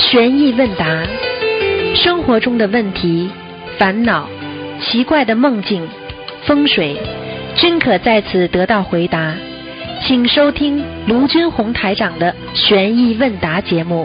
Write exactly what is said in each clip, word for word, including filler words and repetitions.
悬疑问答，生活中的问题、烦恼、奇怪的梦境、风水，均可在此得到回答。请收听卢军红台长的悬疑问答节目。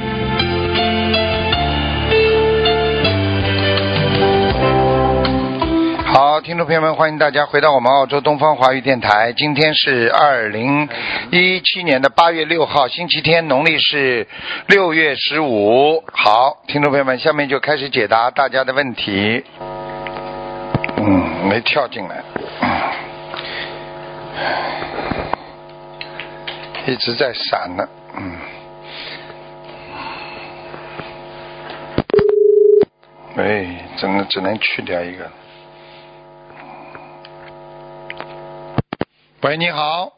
好，听众朋友们，欢迎大家回到我们澳洲东方华语电台。今天是二零一七年的八月六号，星期天，农历是六月十五。好，听众朋友们，下面就开始解答大家的问题。嗯，没跳进来，一直在闪呢。嗯。哎，只能只能去掉一个。喂，你好。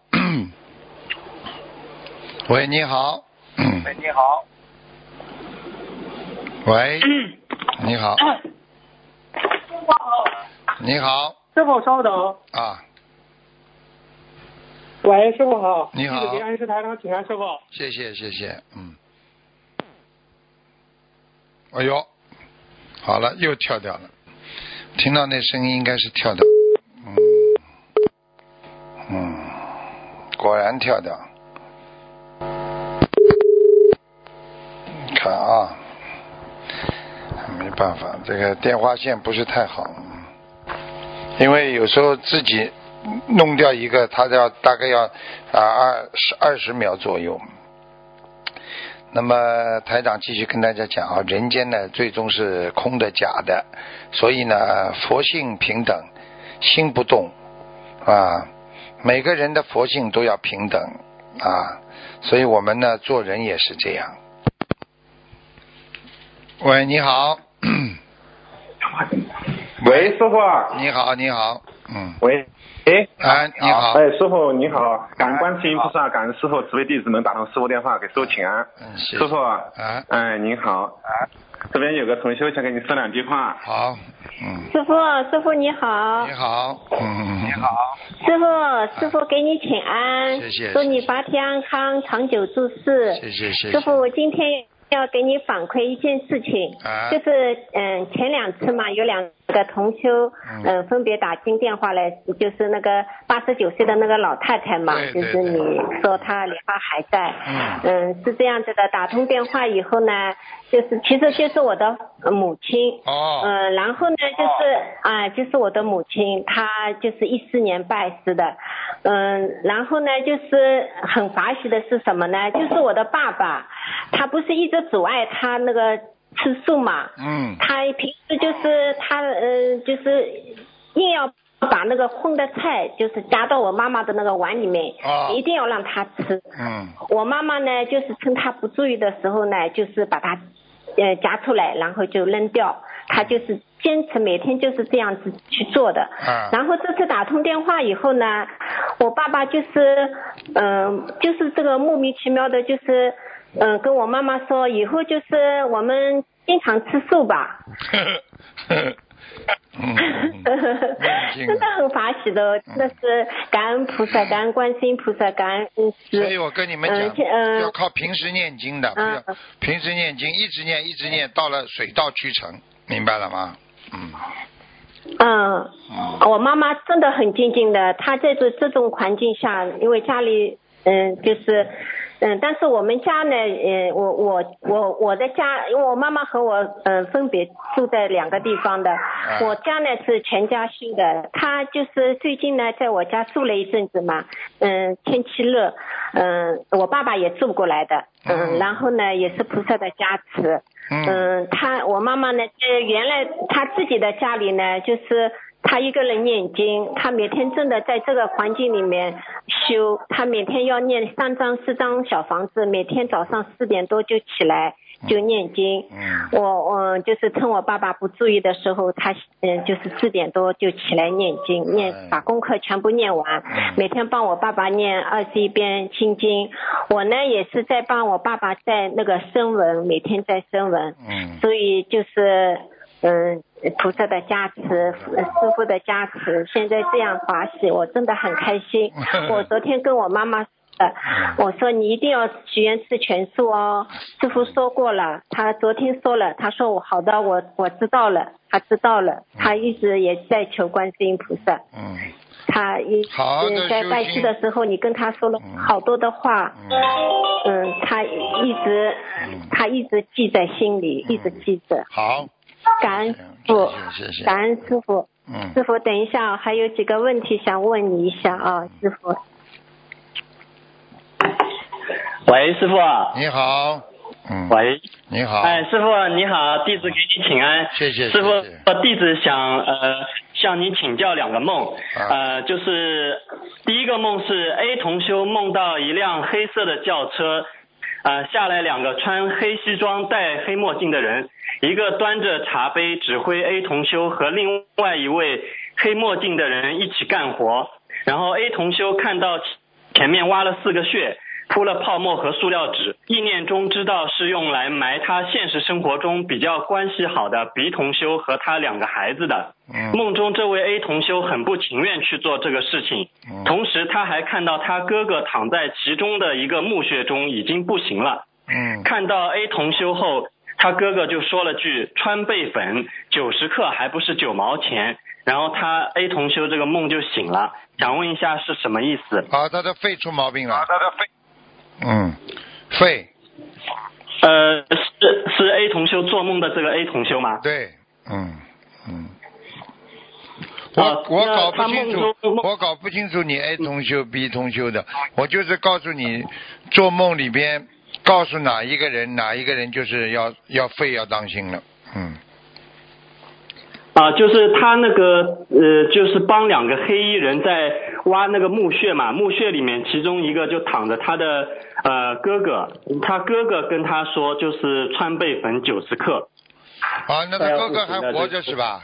喂，你好。 喂，你好。 喂，你好。你好。 师傅稍等。 啊。 喂，师傅好。 你好。 弟子给恩师台长请安，师傅。 谢谢谢谢，嗯。哎呦，好了，又跳掉了。听到那声音应该是跳掉。嗯。嗯，果然跳掉。看啊，没办法，这个电话线不是太好，因为有时候自己弄掉一个，它要大概要啊二十二十秒左右。那么台长继续跟大家讲啊，人间呢最终是空的假的，所以呢佛性平等，心不动啊。每个人的佛性都要平等啊，所以我们呢做人也是这样。喂，你好。 喂，师傅。 你好，你好。嗯。 喂，哎。 啊，你好。 哎，师傅你好，感恩观世音菩萨，感恩师傅慈悲弟子能打通师傅电话，给师傅请安。 嗯，谢谢。 师傅。 啊。 哎，您好。这边有个同修想跟你说两句话。 好。嗯。 师傅，师傅你好。 你好。嗯， 你好。 师傅，师傅给你请安。 谢谢。 祝你法体安康，长久住世。 谢谢谢谢。 师傅，我今天要给你反馈一件事情， 啊、 就是嗯前两次嘛，有两个同修嗯、呃、分别打进电话来，就是那个八十九岁的那个老太太嘛， 对对对， 就是你说她莲花还在， 嗯嗯是这样子的，打通电话以后呢，就是其实就是我的母亲哦， 嗯、呃、然后呢就是啊、呃、就是我的母亲，她就是一四年拜师的，嗯、呃、然后呢就是很法喜的是什么呢？就是我的爸爸，他不是一直阻碍他那个吃素嘛， 嗯， 他平时就是他呃就是硬要把那个荤的菜就是夹到我妈妈的那个碗里面， 哦， 一定要让他吃。 嗯， 我妈妈呢就是趁他不注意的时候呢，就是把他呃夹出来，然后就扔掉。他就是坚持每天就是这样子去做的。 啊， 然后这次打通电话以后呢，我爸爸就是嗯、呃、就是这个莫名其妙的，就是嗯、呃、跟我妈妈说，以后就是我们经常吃素吧。 嗯， 真的很法喜的，真的是感恩菩萨，感恩观世音菩萨，感恩恩师。 所以我跟你们讲， 嗯、 要靠平时念经的，不要平时念经，一直念一直念，到了水到渠成，明白了吗？嗯。 嗯，我妈妈真的很静静的，她在这这种环境下，因为家里嗯就是嗯，但是我们家呢，呃，我我我我的家，因为我妈妈和我嗯、呃、分别住在两个地方的，我家呢是全家姓的，她就是最近呢在我家住了一阵子嘛，嗯，天气热，嗯，我爸爸也住过来的，嗯，然后呢也是菩萨的加持。嗯，他我妈妈呢，在原来她自己的家里呢，就是她一个人念经，她每天真的在这个环境里面修，她每天要念三张四张小房子，每天早上四点多就起来就念经。嗯，我我就是趁我爸爸不注意的时候，她嗯就是四点多就起来念经，念把功课全部念完，每天帮我爸爸念二十一遍心经。我呢也是在帮我爸爸在那个声闻，每天在声闻。嗯，所以就是嗯菩萨的加持，师父的加持，现在这样法喜，我真的很开心。我昨天跟我妈妈萨。我说你一定要许愿吃全素哦，师傅说过了，他昨天说了，他说我好的，我我知道了，他知道了，他一直也在求观世音菩萨。 嗯。 他一嗯在拜师的时候，你跟他说了好多的话，嗯，嗯他一直、嗯、他一直记在心里，嗯、一直记着。 好， 感恩师父， 谢谢， 感恩师父。 嗯， 师父，等一下，还有几个问题想问你一下啊，师父。 喂，师父。 你好。嗯， 喂， 你好， 哎，师傅你好，弟子给你请安。 谢谢师傅， 谢谢弟子想呃向你请教两个梦， 啊、 呃，就是第一个梦是 A 同修梦到一辆黑色的轿车，呃下来两个穿黑西装戴黑墨镜的人，一个端着茶杯指挥 A 同修和另外一位黑墨镜的人一起干活，然后 A 同修看到前面挖了四个穴，铺了泡沫和塑料纸，意念中知道是用来埋他现实生活中比较关系好的 B 同修和他两个孩子的。 嗯、 梦中这位 A 同修很不情愿去做这个事情， 嗯、 同时他还看到他哥哥躺在其中的一个墓穴中已经不行了。 嗯、 看到 A 同修后，他哥哥就说了句川贝粉九十克还不是九毛钱，然后他 A 同修这个梦就醒了，想问一下是什么意思？ 啊，他的肺出毛病了。啊、他的肺。嗯，肺。 呃，是是 A 同修做梦的这个 A 同修吗？ 对，嗯嗯。我、啊、我搞不清楚，我搞不清楚你 A 同修 B 同修的，我就是告诉你，做梦里边告诉哪一个人，哪一个人就是要要肺要当心了，嗯。 啊，就是他那个呃，就是帮两个黑衣人在挖那个墓穴嘛，墓穴里面其中一个就躺着他的呃哥哥，他哥哥跟他说就是川贝粉九十克。 啊，那他哥哥还活着是吧？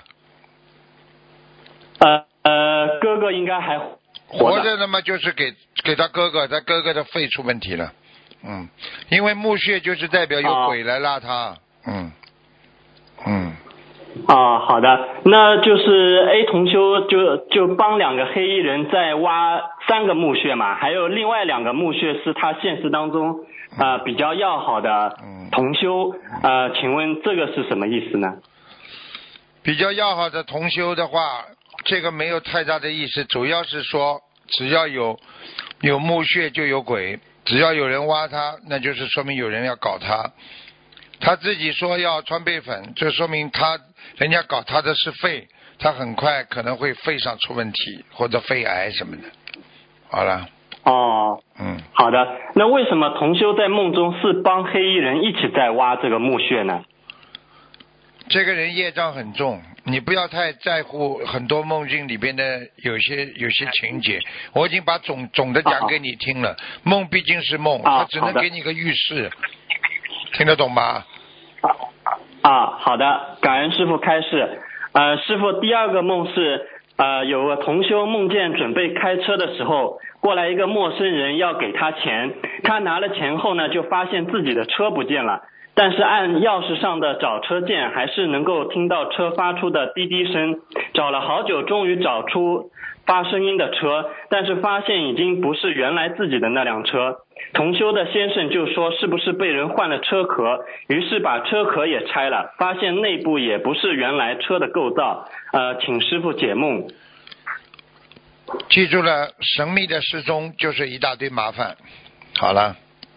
呃呃，哥哥应该还活着。 活着那么就是给给他哥哥，他哥哥的肺出问题了，嗯，因为墓穴就是代表有鬼来拉他，啊、嗯嗯。 哦，好的，那就是 A 同修就就帮两个黑衣人在挖三个墓穴嘛，还有另外两个墓穴是他现实当中呃比较要好的同修，呃，请问这个是什么意思呢？ 比较要好的同修的话，这个没有太大的意思，主要是说只要有有墓穴就有鬼，只要有人挖他，那就是说明有人要搞他。他自己说要川贝粉，这说明他人家搞他的是肺，他很快可能会肺上出问题或者肺癌什么的。好了。 哦， 嗯， 好的。那为什么同修在梦中是帮黑衣人一起在挖这个墓穴呢？ 这个人业障很重，你不要太在乎很多梦境里边的有些有些情节。我已经把总总的讲给你听了，梦毕竟是梦，他只能给你个预示。听得懂吗？ 啊，好的，感恩师父开示。呃，师父第二个梦是，呃，有个同修梦见准备开车的时候，过来一个陌生人要给他钱，他拿了钱后呢，就发现自己的车不见了，但是按钥匙上的找车键还是能够听到车发出的滴滴声，找了好久，终于找出发声音的车，但是发现已经不是原来自己的那辆车。同修的先生就说是不是被人换了车壳，于是把车壳也拆了，发现内部也不是原来车的构造。呃，请师父解梦。 记住了，神秘的失踪就是一大堆麻烦。好了。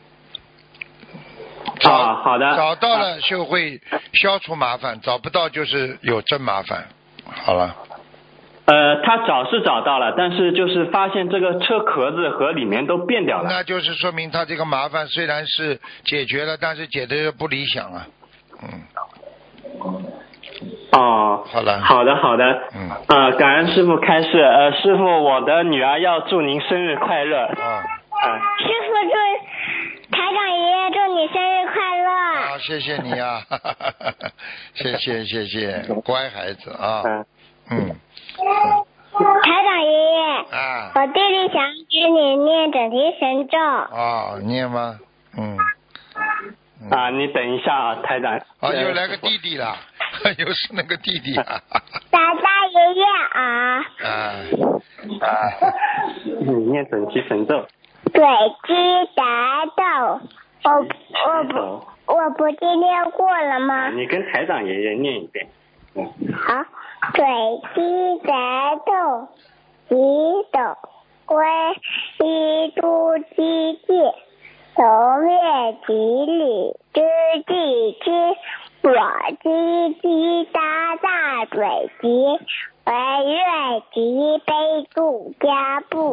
找啊，好的。 找到了就会消除麻烦，找不到就是有真麻烦。好了。 呃，他找是找到了，但是就是发现这个车壳子和里面都变掉了。 那就是说明他这个麻烦虽然是解决了，但是解的不理想啊。嗯。 哦， 好了。 好的，好的。 嗯。 呃，感恩师父开示。呃，师父，我的女儿要祝您生日快乐。 啊。 啊。 师父祝台长爷爷祝你生日快乐。 啊，谢谢你啊，谢谢谢谢，乖孩子啊。嗯。嗯。 台长爷爷， 啊， 我弟弟想给你念准提神咒。 哦，念吗？嗯。 嗯啊，你等一下啊，台长。 啊，又来个弟弟了，又是那个弟弟啊。 大大爷爷啊。 啊。 啊。你念准提神咒。 水鸡打斗，我我不我不是念过了吗？ 你跟台长爷爷念一遍。嗯， 好，水鸡打斗，几斗归一都鸡鸡，头月几里知地知，我鸡鸡打大水鸡。为月吉杯住家布，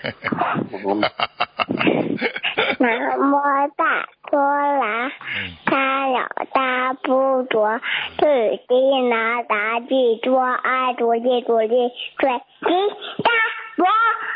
南无大多拉，他老大不着，自己拿大记桌啊桌记桌记水吉大我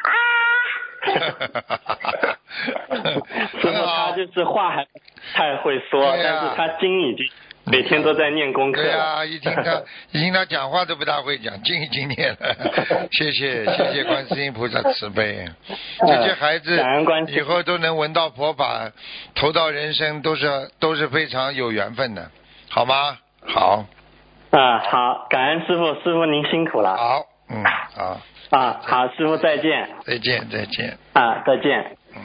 啊。 师傅他就是话还太会说， 啊、 但是他经已经每天都在念功课。 对呀、啊，一听他一听他讲话都不大会讲，经已经念了。谢谢谢谢观世音菩萨慈悲，这些孩子以后都能闻到佛法，投到人生都是都是非常有缘分的，好吗？好。 啊，好，感恩师傅，师傅您辛苦了。 好，嗯，好。 啊，好，师傅再见。 再见再见。 啊，再见。 嗯。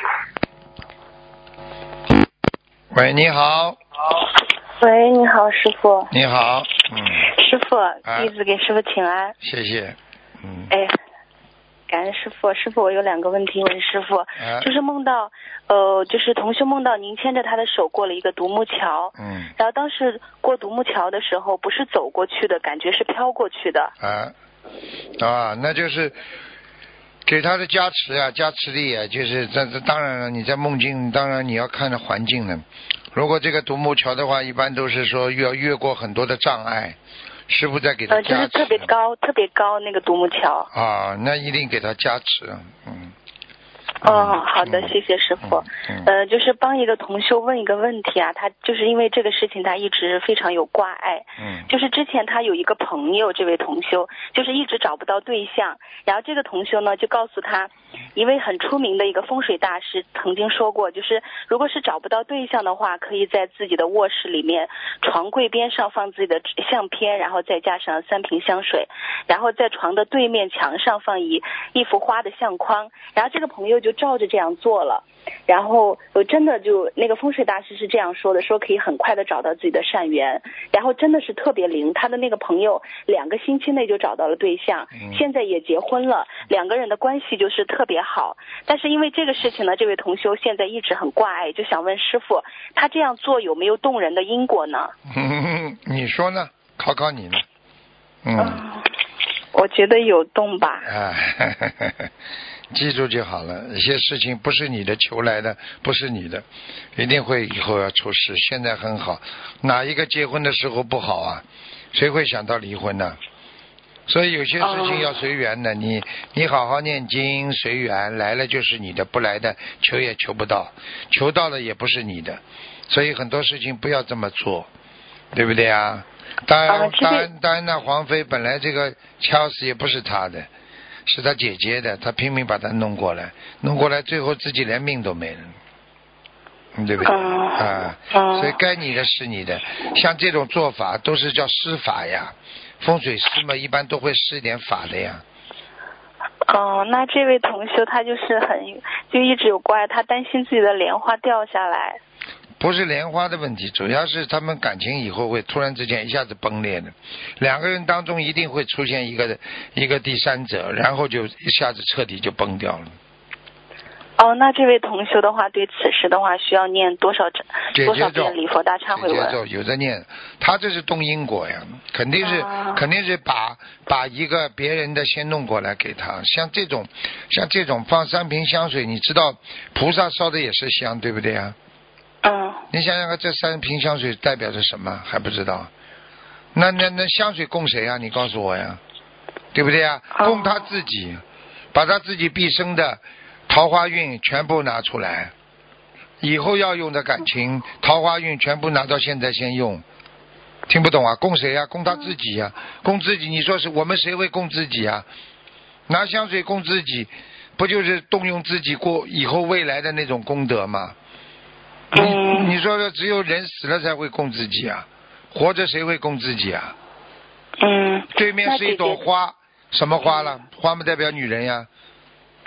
喂，你好。 喂，你好，师傅。 你好，嗯。 师傅，弟子给师傅请安。 谢谢。嗯。 哎，感恩师傅。师傅，我有两个问题问师傅， 啊、 就是梦到，呃，就是同修梦到您牵着他的手过了一个独木桥， 嗯。 然后当时过独木桥的时候，不是走过去的，感觉是飘过去的。 啊，啊，那就是给他的加持啊，加持力啊，就是这这当然了，你在梦境，当然你要看着环境了。如果这个独木桥的话，一般都是说要越过很多的障碍，师父在给他加持。 呃，就是特别高，特别高那个独木桥。 啊，那一定给他加持，嗯。 哦，好的，谢谢师傅。 嗯嗯、 呃，就是帮一个同修问一个问题啊，他就是因为这个事情，他一直非常有挂碍。 嗯。 就是之前他有一个朋友，这位同修就是一直找不到对象，然后这个同修呢就告诉他，一位很出名的一个风水大师曾经说过，就是如果是找不到对象的话，可以在自己的卧室里面床柜边上放自己的相片，然后再加上三瓶香水，然后在床的对面墙上放一一幅花的相框，然后这个朋友就照着这样做了，然后我真的就那个风水大师是这样说的，说可以很快的找到自己的善缘，然后真的是特别灵，他的那个朋友两个星期内就找到了对象，现在也结婚了，两个人的关系就是特别好。但是因为这个事情呢，这位同修现在一直很挂碍，就想问师傅，他这样做有没有动人的因果呢？ 嗯，你说呢？考考你呢？嗯， 嗯我觉得有动吧。 啊，记住就好了，有些事情不是你的求来的，不是你的，一定会以后要出事。现在很好，哪一个结婚的时候不好啊？谁会想到离婚呢？所以有些事情要随缘的，你你好好念经，随缘来了就是你的，不来的求也求不到，求到了也不是你的，所以很多事情不要这么做，对不对啊？当然，当然，当然，那黄飞本来这个敲死也不是他的，是他姐姐的，他拼命把他弄过来，弄过来，最后自己连命都没了，对不对？啊，所以该你的是你的，像这种做法都是叫施法呀，风水师嘛，一般都会施点法的呀。 哦，那这位同修他就是很就一直有挂碍，他担心自己的莲花掉下来。 不是莲花的问题，主要是他们感情以后会突然之间一下子崩裂的，两个人当中一定会出现一个一个第三者，然后就一下子彻底就崩掉了。 哦，那这位同修的话，对此事的话，需要念多少多少遍礼佛大忏悔文？ 有的念，他这是动因果呀，肯定是、啊、肯定是把把一个别人的先弄过来给他，像这种像这种放三瓶香水，你知道菩萨烧的也是香，对不对呀？ 嗯。 你想想看，这三瓶香水代表着什么？还不知道？那那那香水供谁啊？你告诉我呀，对不对呀？供他自己，把他自己毕生的桃花运全部拿出来，以后要用的感情桃花运全部拿到现在先用。听不懂啊？供谁啊？供他自己啊，供自己。你说是我们谁会供自己啊？拿香水供自己，不就是动用自己过以后未来的那种功德吗？你你说说，只有人死了才会供自己啊，活着谁会供自己啊？ 嗯。 对面是一朵花，什么花了？花嘛代表女人呀。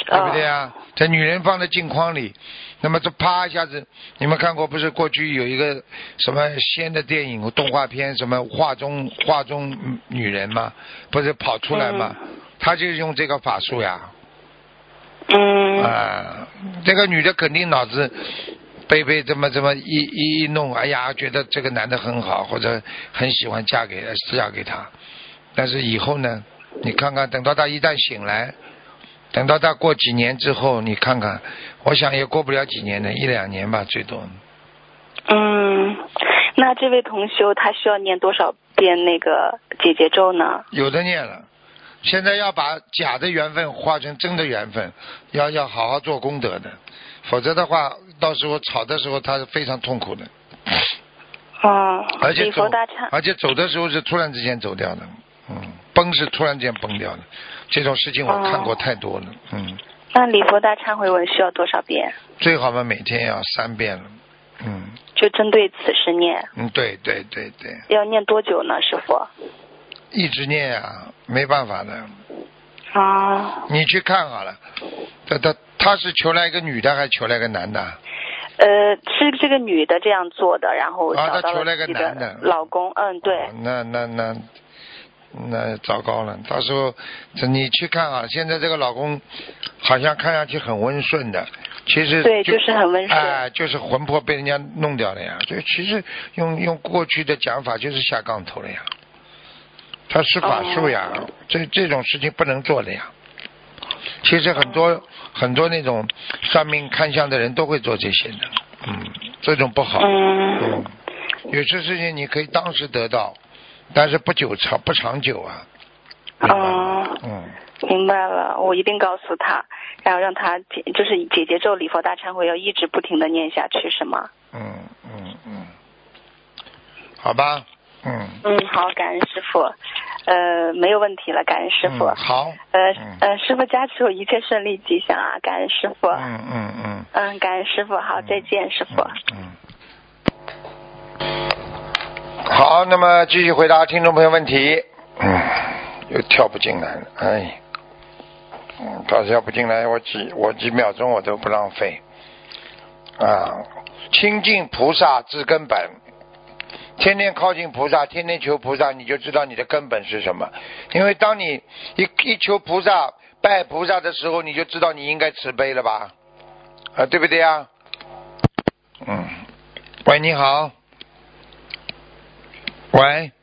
对不对啊？这女人放在镜框里，那么这啪一下子，你们看过不是？过去有一个什么仙的电影、动画片，什么画中画中女人嘛，不是跑出来嘛？她就是用这个法术呀。 嗯。 啊，这个女的肯定脑子被被这么这么一一一弄，哎呀，觉得这个男的很好，或者很喜欢嫁给嫁给他，但是以后呢，你看看，等到他一旦醒来。等到他过几年之后，你看看，我想也过不了几年的，一两年吧，最多。 嗯，那这位同修他需要念多少遍那个解结咒呢？ 有的念了，现在要把假的缘分化成真的缘分，要要好好做功德的，否则的话，到时候吵的时候他是非常痛苦的。 哦， 而且走， 大忏而且走的时候是突然之间走掉的，嗯，崩是突然之间崩掉的。这种事情我看过太多了，哦、嗯。 那礼佛大忏悔文需要多少遍？ 最好嘛，每天要三遍了，嗯。 就针对此事念。 嗯，对对对对。 要念多久呢，师傅？ 一直念啊，没办法的。 啊。 你去看好了，他他他是求来一个女的还是求来一个男的？ 呃，是这个女的这样做的，然后找到了自己的老公， 啊、 嗯，对。 哦、那那那。那糟糕了，到时候你去看啊，现在这个老公好像看上去很温顺的，其实对，就, 就是很温顺， 哎、呃，就是魂魄被人家弄掉了呀。就其实用用过去的讲法就是下杠头了呀，他施法术呀，哦、这这种事情不能做的呀。其实很多、哦、很多那种算命看相的人都会做这些的，嗯，这种不好。 嗯， 嗯有些事情你可以当时得到。但是不久长不长久啊。 哦， 嗯， 明白了，我一定告诉他，然后让他就是解结咒礼佛大忏悔要一直不停的念下去，是吗？ 嗯嗯嗯，好吧，嗯。 嗯，好，感恩师父，呃，没有问题了，感恩师父。 嗯、好。 呃嗯、 呃，师父加持我一切顺利吉祥啊，感恩师父。 嗯嗯嗯。 嗯，感恩师父，好，再见，师父。 嗯。嗯好，那么继续回答听众朋友问题。嗯，又跳不进来了，哎，嗯，他跳不进来，我几我几秒钟我都不浪费。啊，亲近菩萨治根本，天天靠近菩萨，天天求菩萨，你就知道你的根本是什么。因为当你一一求菩萨、拜菩萨的时候，你就知道你应该慈悲了吧？啊，对不对啊？嗯，喂，你好。喂，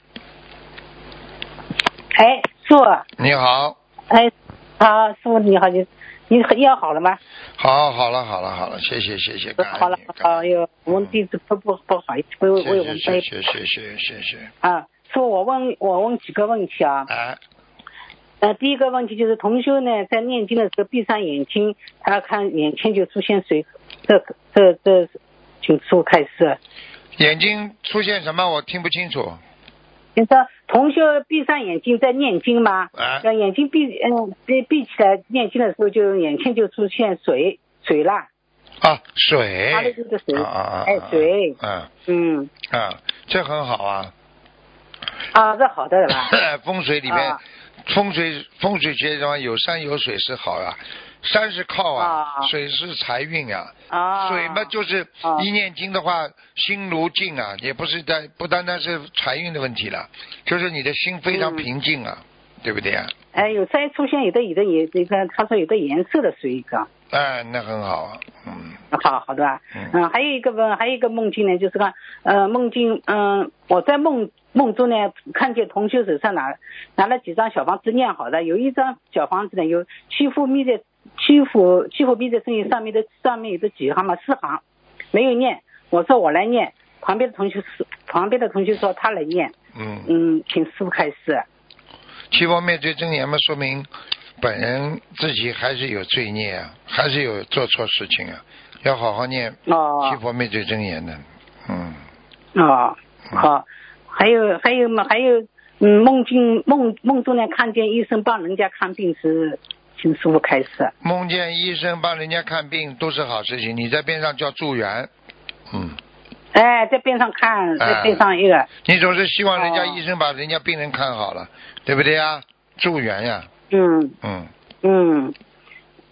哎，师傅。 你好。 哎，好，师傅你好，你你药好了吗？ 好，好了，好了，好了，谢谢，谢谢，感恩。 好了，好哟，我们弟子不不不好意思，为为我们谢谢，谢谢，谢谢。 啊，师傅，我问我问几个问题啊。 哎。 呃，第一个问题就是同修呢，在念经的时候闭上眼睛，他看眼前就出现水，这这这，请师傅开示。 眼睛出现什么？我听不清楚。 你说同修闭上眼睛在念经吗？ 啊。 眼睛闭嗯闭闭起来念经的时候，就眼前就出现水水啦。 啊，水。 他的这个水。 啊啊哎，水。 啊。 嗯。 啊，这很好啊。 啊，这好的了吧？ 风水里面，啊、风水风水学上有山有水是好啊。山是靠啊， 啊水是财运啊， 啊水嘛就是一念经的话，心如镜啊，也不是在不单单是财运的问题了，就是你的心非常平静啊，嗯、对不对啊？ 哎，有再出现有的有的也这个，他说有的颜色的水一个。 哎，那很好啊，嗯。 好好的吧，嗯，嗯还有一个问，还有一个梦境呢，就是看，呃，梦境，嗯、呃，我在梦梦中呢，看见同修手上拿拿了几张小房子念好的，有一张小房子呢，有七幅密的。七幅七幅密的声音上面的上面有的几行嘛，四行没有念，我说我来念，旁边的同学旁边的同学说他来念， 嗯嗯，请师父开示。 七佛灭罪真言嘛，说明本人自己还是有罪孽啊，还是有做错事情啊，要好好念七佛灭罪真言的，嗯。 哦，好，还有还有嘛，还有嗯，梦境梦梦中呢，看见医生帮人家看病时。请师父开示。 梦见医生帮人家看病都是好事情，你在边上叫助缘，嗯。 哎，在边上看，在边上一个。哎、 你总是希望人家医生把人家病人看好了，哦、对不对呀？助缘呀。 嗯嗯嗯，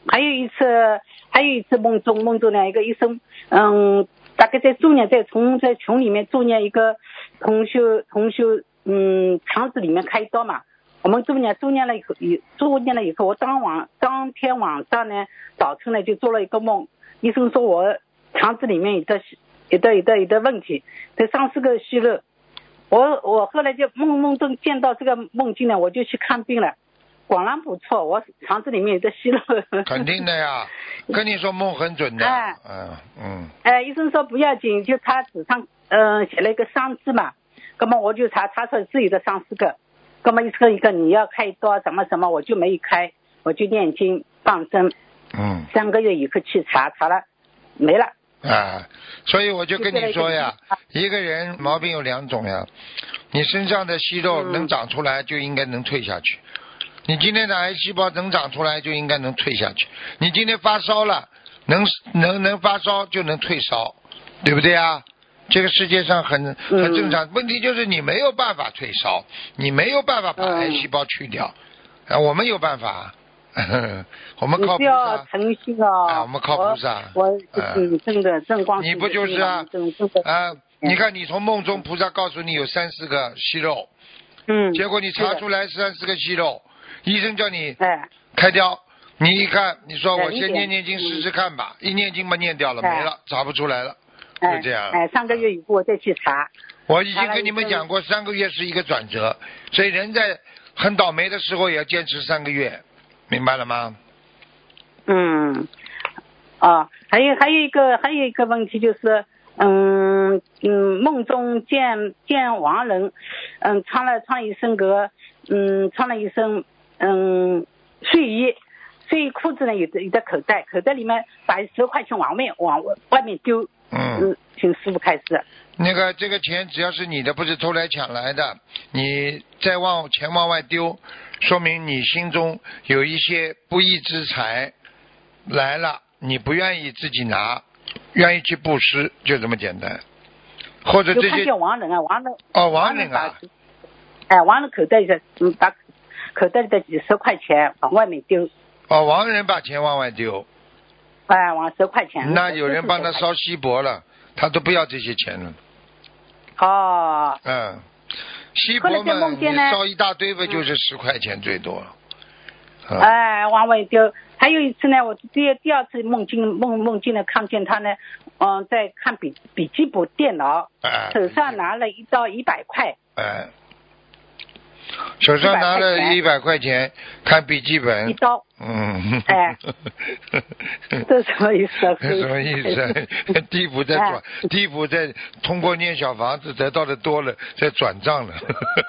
还有一次，还有一次梦中梦中呢，一个医生，嗯，大概在住院，在从在群里面住院一个同修同修，嗯，肠子里面开刀嘛。我们住院住院了以后，住院了以后，我当晚当天晚上呢，早晨呢就做了一个梦，医生说我肠子里面有的有的有的有的问题，这上四个息肉。我我后来就梦梦中见到这个梦境呢，我就去看病了，果然不错，我肠子里面有的息肉。 肯定的呀，跟你说梦很准的。 哎， 嗯嗯。 哎，医生说不要紧，就他纸上嗯、呃、写了一个伤字嘛，那么我就查，他说自己的伤四个，那么医生一个你要开刀什么什么，我就没开，我就念经放生。 嗯。 三个月以后去查，查了没了。 啊，所以我就跟你说呀，一个人毛病有两种呀，你身上的息肉能长出来就应该能退下去，你今天的癌细胞能长出来就应该能退下去，你今天发烧了能能能发烧就能退烧，对不对啊？这个世界上很很正常，问题就是你没有办法退烧，你没有办法把癌细胞去掉，啊，我们有办法。我们靠菩萨， 诚心哦、 啊，我们靠菩萨。 我嗯，真的正光。 你不就是啊？啊，你看你从梦中菩萨告诉你有三四个息肉， 嗯， 结果你查出来三四个息肉，医生叫你哎开掉，你一看，你说我先念念经试试看吧，一念经嘛念掉了，没了，查不出来了，就这样。 哎，上个月以后我再去查。 我已经跟你们讲过，三个月是一个转折，所以人在很倒霉的时候也要坚持三个月。明白了吗？ 嗯，哦，还有还有一个还有一个问题就是，嗯嗯，梦中见见亡人，嗯，穿了穿一身个，嗯，穿了一身嗯睡衣，睡衣裤子呢有的有的口袋，口袋里面把十块钱往外往外面丢， 嗯， 请师傅开始。 那个这个钱只要是你的，不是偷来抢来的，你再往钱往外丢，说明你心中有一些不义之财来了，你不愿意自己拿，愿意去布施，就这么简单。或者这些就看见亡人啊，亡人哦，亡人啊， 哎，亡人口袋里嗯把口袋里的几十块钱往外面丢。 哦，亡人把钱往外丢。 哎，往十块钱。 那有人帮他烧锡箔了，他都不要这些钱了。 哦。 嗯，锡箔嘛，你烧一大堆吧，就是十块钱最多。 嗯、哎，往外丢。还有一次呢，我第第二次梦境梦梦境呢，看见他呢，嗯、呃，在看笔笔记本电脑， 哎、 手上拿了一刀一百块。 哎。手上拿了一百块钱看笔记本， 一刀， 嗯， 哎，这什么意思啊？ 什么意思？地府在转，地府在通过念小房子得到的多了，在转账了。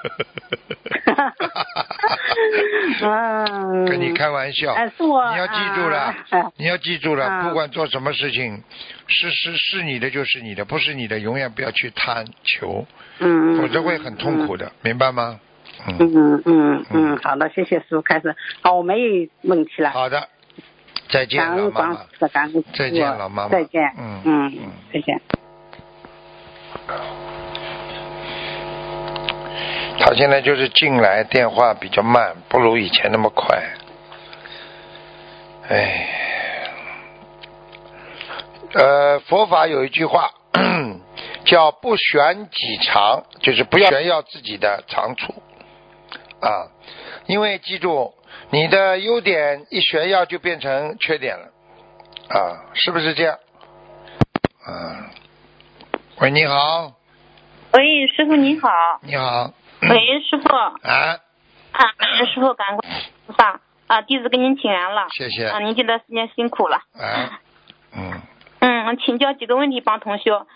嗯， 跟你开玩笑， 哎、是我你要记住了， 啊、 你要记住了， 啊、 不管做什么事情，是是是你的就是你的，不是你的永远不要去贪求， 嗯， 否则会很痛苦的， 嗯、 明白吗？ 嗯嗯嗯嗯，好的，谢谢师傅开始。好，我没有问题了。 好的，再见，老妈妈。再见，老妈妈。 再见。 嗯嗯嗯，再见。 他现在就是进来电话比较慢，不如以前那么快。哎，呃，佛法有一句话叫不悬己长，就是不要炫耀自己的长处。啊，因为记住，你的优点一炫耀就变成缺点了，啊，是不是这样？啊，喂，你好。 喂，师傅你好。 你好。 喂，师傅。 啊。 啊，师傅，感恩菩萨啊，弟子给您请安了。 谢谢。 啊，您这段时间辛苦了。 啊。嗯。 嗯，请教几个问题帮同修。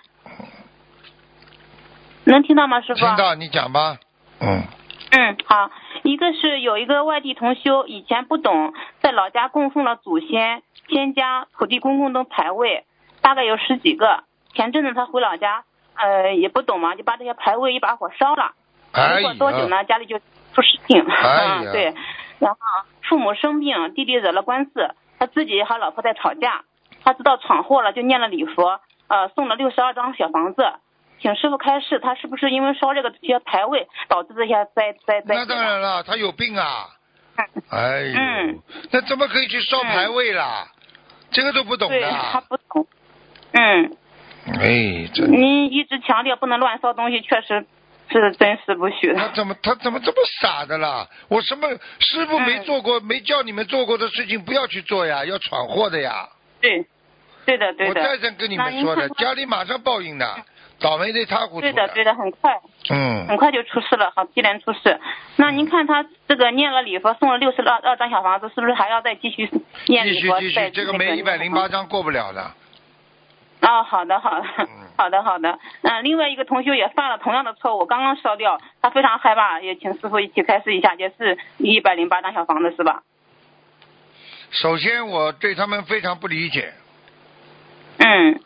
能听到吗，师傅？ 听到，你讲吧。嗯。 嗯，好，一个是有一个外地同修，以前不懂，在老家供奉了祖先、仙家、土地公公等牌位，大概有十几个。前阵子他回老家，呃，也不懂嘛，就把这些牌位一把火烧了。没过多久呢，家里就出事情。 哎嗯，对。然后父母生病，弟弟惹了官司，他自己和老婆在吵架，他知道闯祸了，就念了礼佛，呃，送了六十二张小房子。请师傅开示，他是不是因为烧这个这些牌位导致这些灾灾灾？ 那当然了，他有病啊！ 哎呦， 嗯， 那怎么可以去烧牌位啦？嗯、这个都不懂的。 对，他不懂。嗯。 哎，真。 您一直强调不能乱烧东西，确实是真实不许的。 他怎么他怎么这么傻的啦？我什么师傅没做过、嗯、没叫你们做过的事情不要去做呀，要闯祸的呀。 对，对的对的。 我再三跟你们说的，家里马上报应的。嗯，倒霉的一塌糊涂。 对的，对的，很快， 嗯， 很快就出事了，好接连出事。那您看他这个念了礼佛，送了六十二二张小房子，是不是还要再继续念礼佛？ 继续继续，这个没一百零八张过不了的。 哦，好的好的，嗯、好的好的。嗯、呃，另外一个同学也犯了同样的错误，刚刚烧掉，他非常害怕，也请师傅一起开示一下，也是一百零八张小房子是吧？ 首先，我对他们非常不理解。 嗯。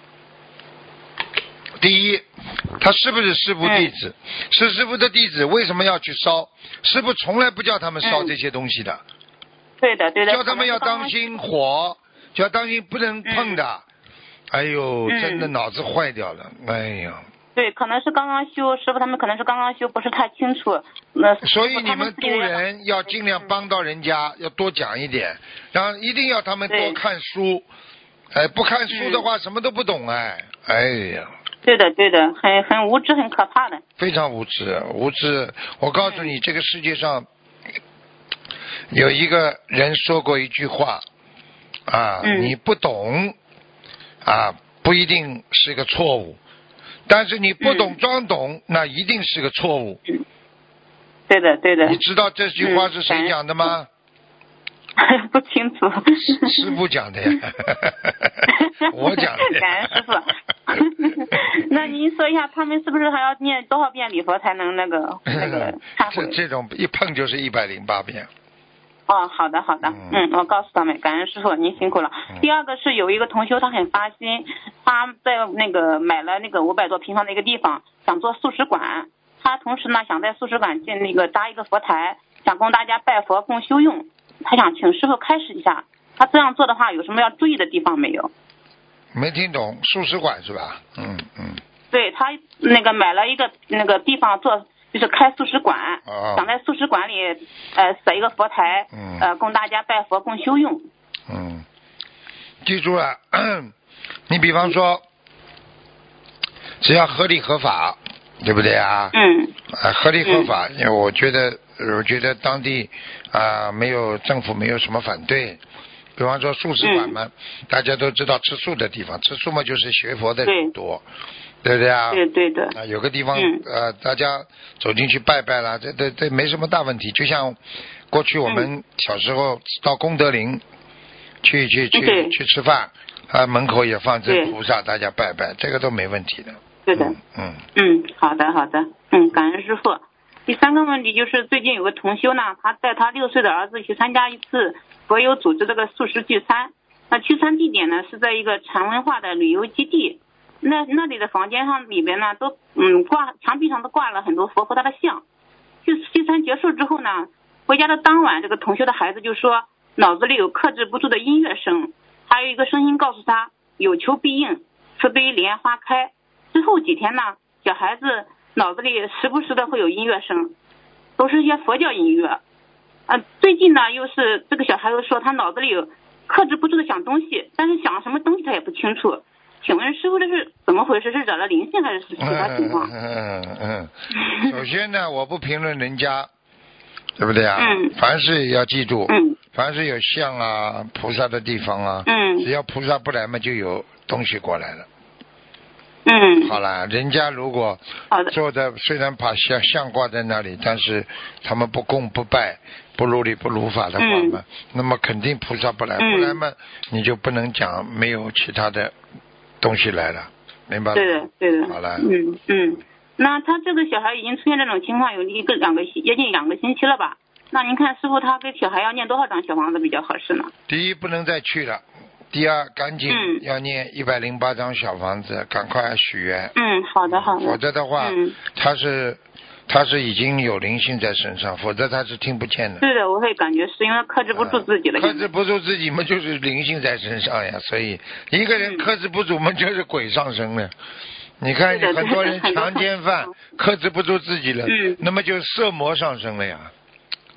第一，他是不是师父弟子？嗯、是师父的弟子，为什么要去烧？师父从来不叫他们烧这些东西的。 嗯、对的，对的。 叫他们要当心火，就要当心不能碰的。嗯、哎呦， 嗯、 真的脑子坏掉了！哎呀。 对，可能是刚刚修，师傅他们可能是刚刚修，不是太清楚。那所以你们渡人要尽量帮到人家，要多讲一点，然后一定要他们多看书。哎，不看书的话，嗯、什么都不懂哎！哎呀。 对的，对的，很很无知，很可怕的。 非常无知，无知。我告诉你，嗯、这个世界上有一个人说过一句话啊， 嗯、 你不懂啊，不一定是个错误，但是你不懂装懂，嗯、那一定是个错误。 嗯、对的，对的。 你知道这句话是谁讲的吗？ 嗯、不清楚。 师父讲的呀。我讲的。 感恩师父。那您说一下，他们是不是还要念多少遍礼佛才能那个那个忏悔？ 这这种一碰就是一百零八遍。 哦，好的好的，嗯，嗯我告诉他们，感恩师父，您辛苦了。嗯、第二个是有一个同修，他很发心，他在那个买了那个五百多平方的一个地方，想做素食馆。他同时呢，想在素食馆建那个搭一个佛台，想供大家拜佛供修用。他想请师傅开示一下，他这样做的话有什么要注意的地方没有？ 没听懂，素食馆是吧？嗯嗯。 对，他那个买了一个那个地方做，就是开素食馆， 哦、 想在素食馆里呃设一个佛台， 嗯、 呃供大家拜佛供修用。 嗯，记住了，你比方说，只要合理合法，对不对啊？ 嗯。 啊，合理合法，因为我觉得，我觉得当地啊、呃、没有政府没有什么反对。比方说素食馆嘛，嗯、大家都知道吃素的地方，吃素嘛就是学佛的人多，对不对啊？ 对对的。 啊，有个地方、 嗯、 呃，大家走进去拜拜啦，这这这没什么大问题。就像过去我们小时候到功德林、嗯、去去去去吃饭，啊，门口也放着菩萨，大家拜拜，这个都没问题的。 对的。 嗯。 嗯，好的好的，嗯，感恩师父。第三个问题就是最近有个同修呢，他带他六岁的儿子去参加一次佛友组织这个素食聚餐，那聚餐地点呢是在一个禅文化的旅游基地，那那里的房间上里边呢都嗯挂墙壁上都挂了很多佛菩萨的像。聚聚餐结束之后呢，回家的当晚，这个同修的孩子就说脑子里有克制不住的音乐声，还有一个声音告诉他有求必应，慈悲莲花开。之后几天呢，小孩子脑子里时不时的会有音乐声，都是一些佛教音乐。呃，最近呢，又是这个小孩子说他脑子里有克制不住的想东西，但是想什么东西他也不清楚。请问师傅这是怎么回事？是惹了灵性还是其他情况？ 嗯嗯嗯。首先呢，我不评论人家，对不对啊？ 嗯。 凡事要记住， 嗯。 凡是有像啊、菩萨的地方啊， 嗯。 只要菩萨不来嘛，就有东西过来了。 嗯， 好了，人家如果做的虽然把像像挂在那里，但是他们不供不拜不如理不如法的话嘛、嗯，那么肯定菩萨不来， 嗯、 不来嘛你就不能讲没有其他的东西来了，明白了？ 对的，对的。 好了， 嗯嗯，那他这个小孩已经出现这种情况有一个两个接近两个星期了吧？那您看师傅他给小孩要念多少张小房子比较合适呢？ 第一不能再去了。第二，赶紧要念一百零八张小房子，赶快许愿。 嗯，好的好的。 否则的话， 嗯、 他是他是已经有灵性在身上，否则他是听不见的。 对的，我会感觉是因为克制不住自己了、 呃。克制不住自己嘛，就是灵性在身上呀。所以一个人克制不住嘛，就是鬼上身了。你看，很多人强奸犯克制不住自己了， 嗯、 那么就色魔上身了呀。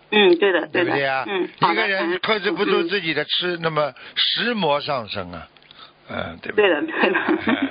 嗯，对的， 对不的， 对啊？ 嗯， 一个人克制不住自己的吃， 嗯、 那么食魔上升啊，嗯，对不对？对的，对的。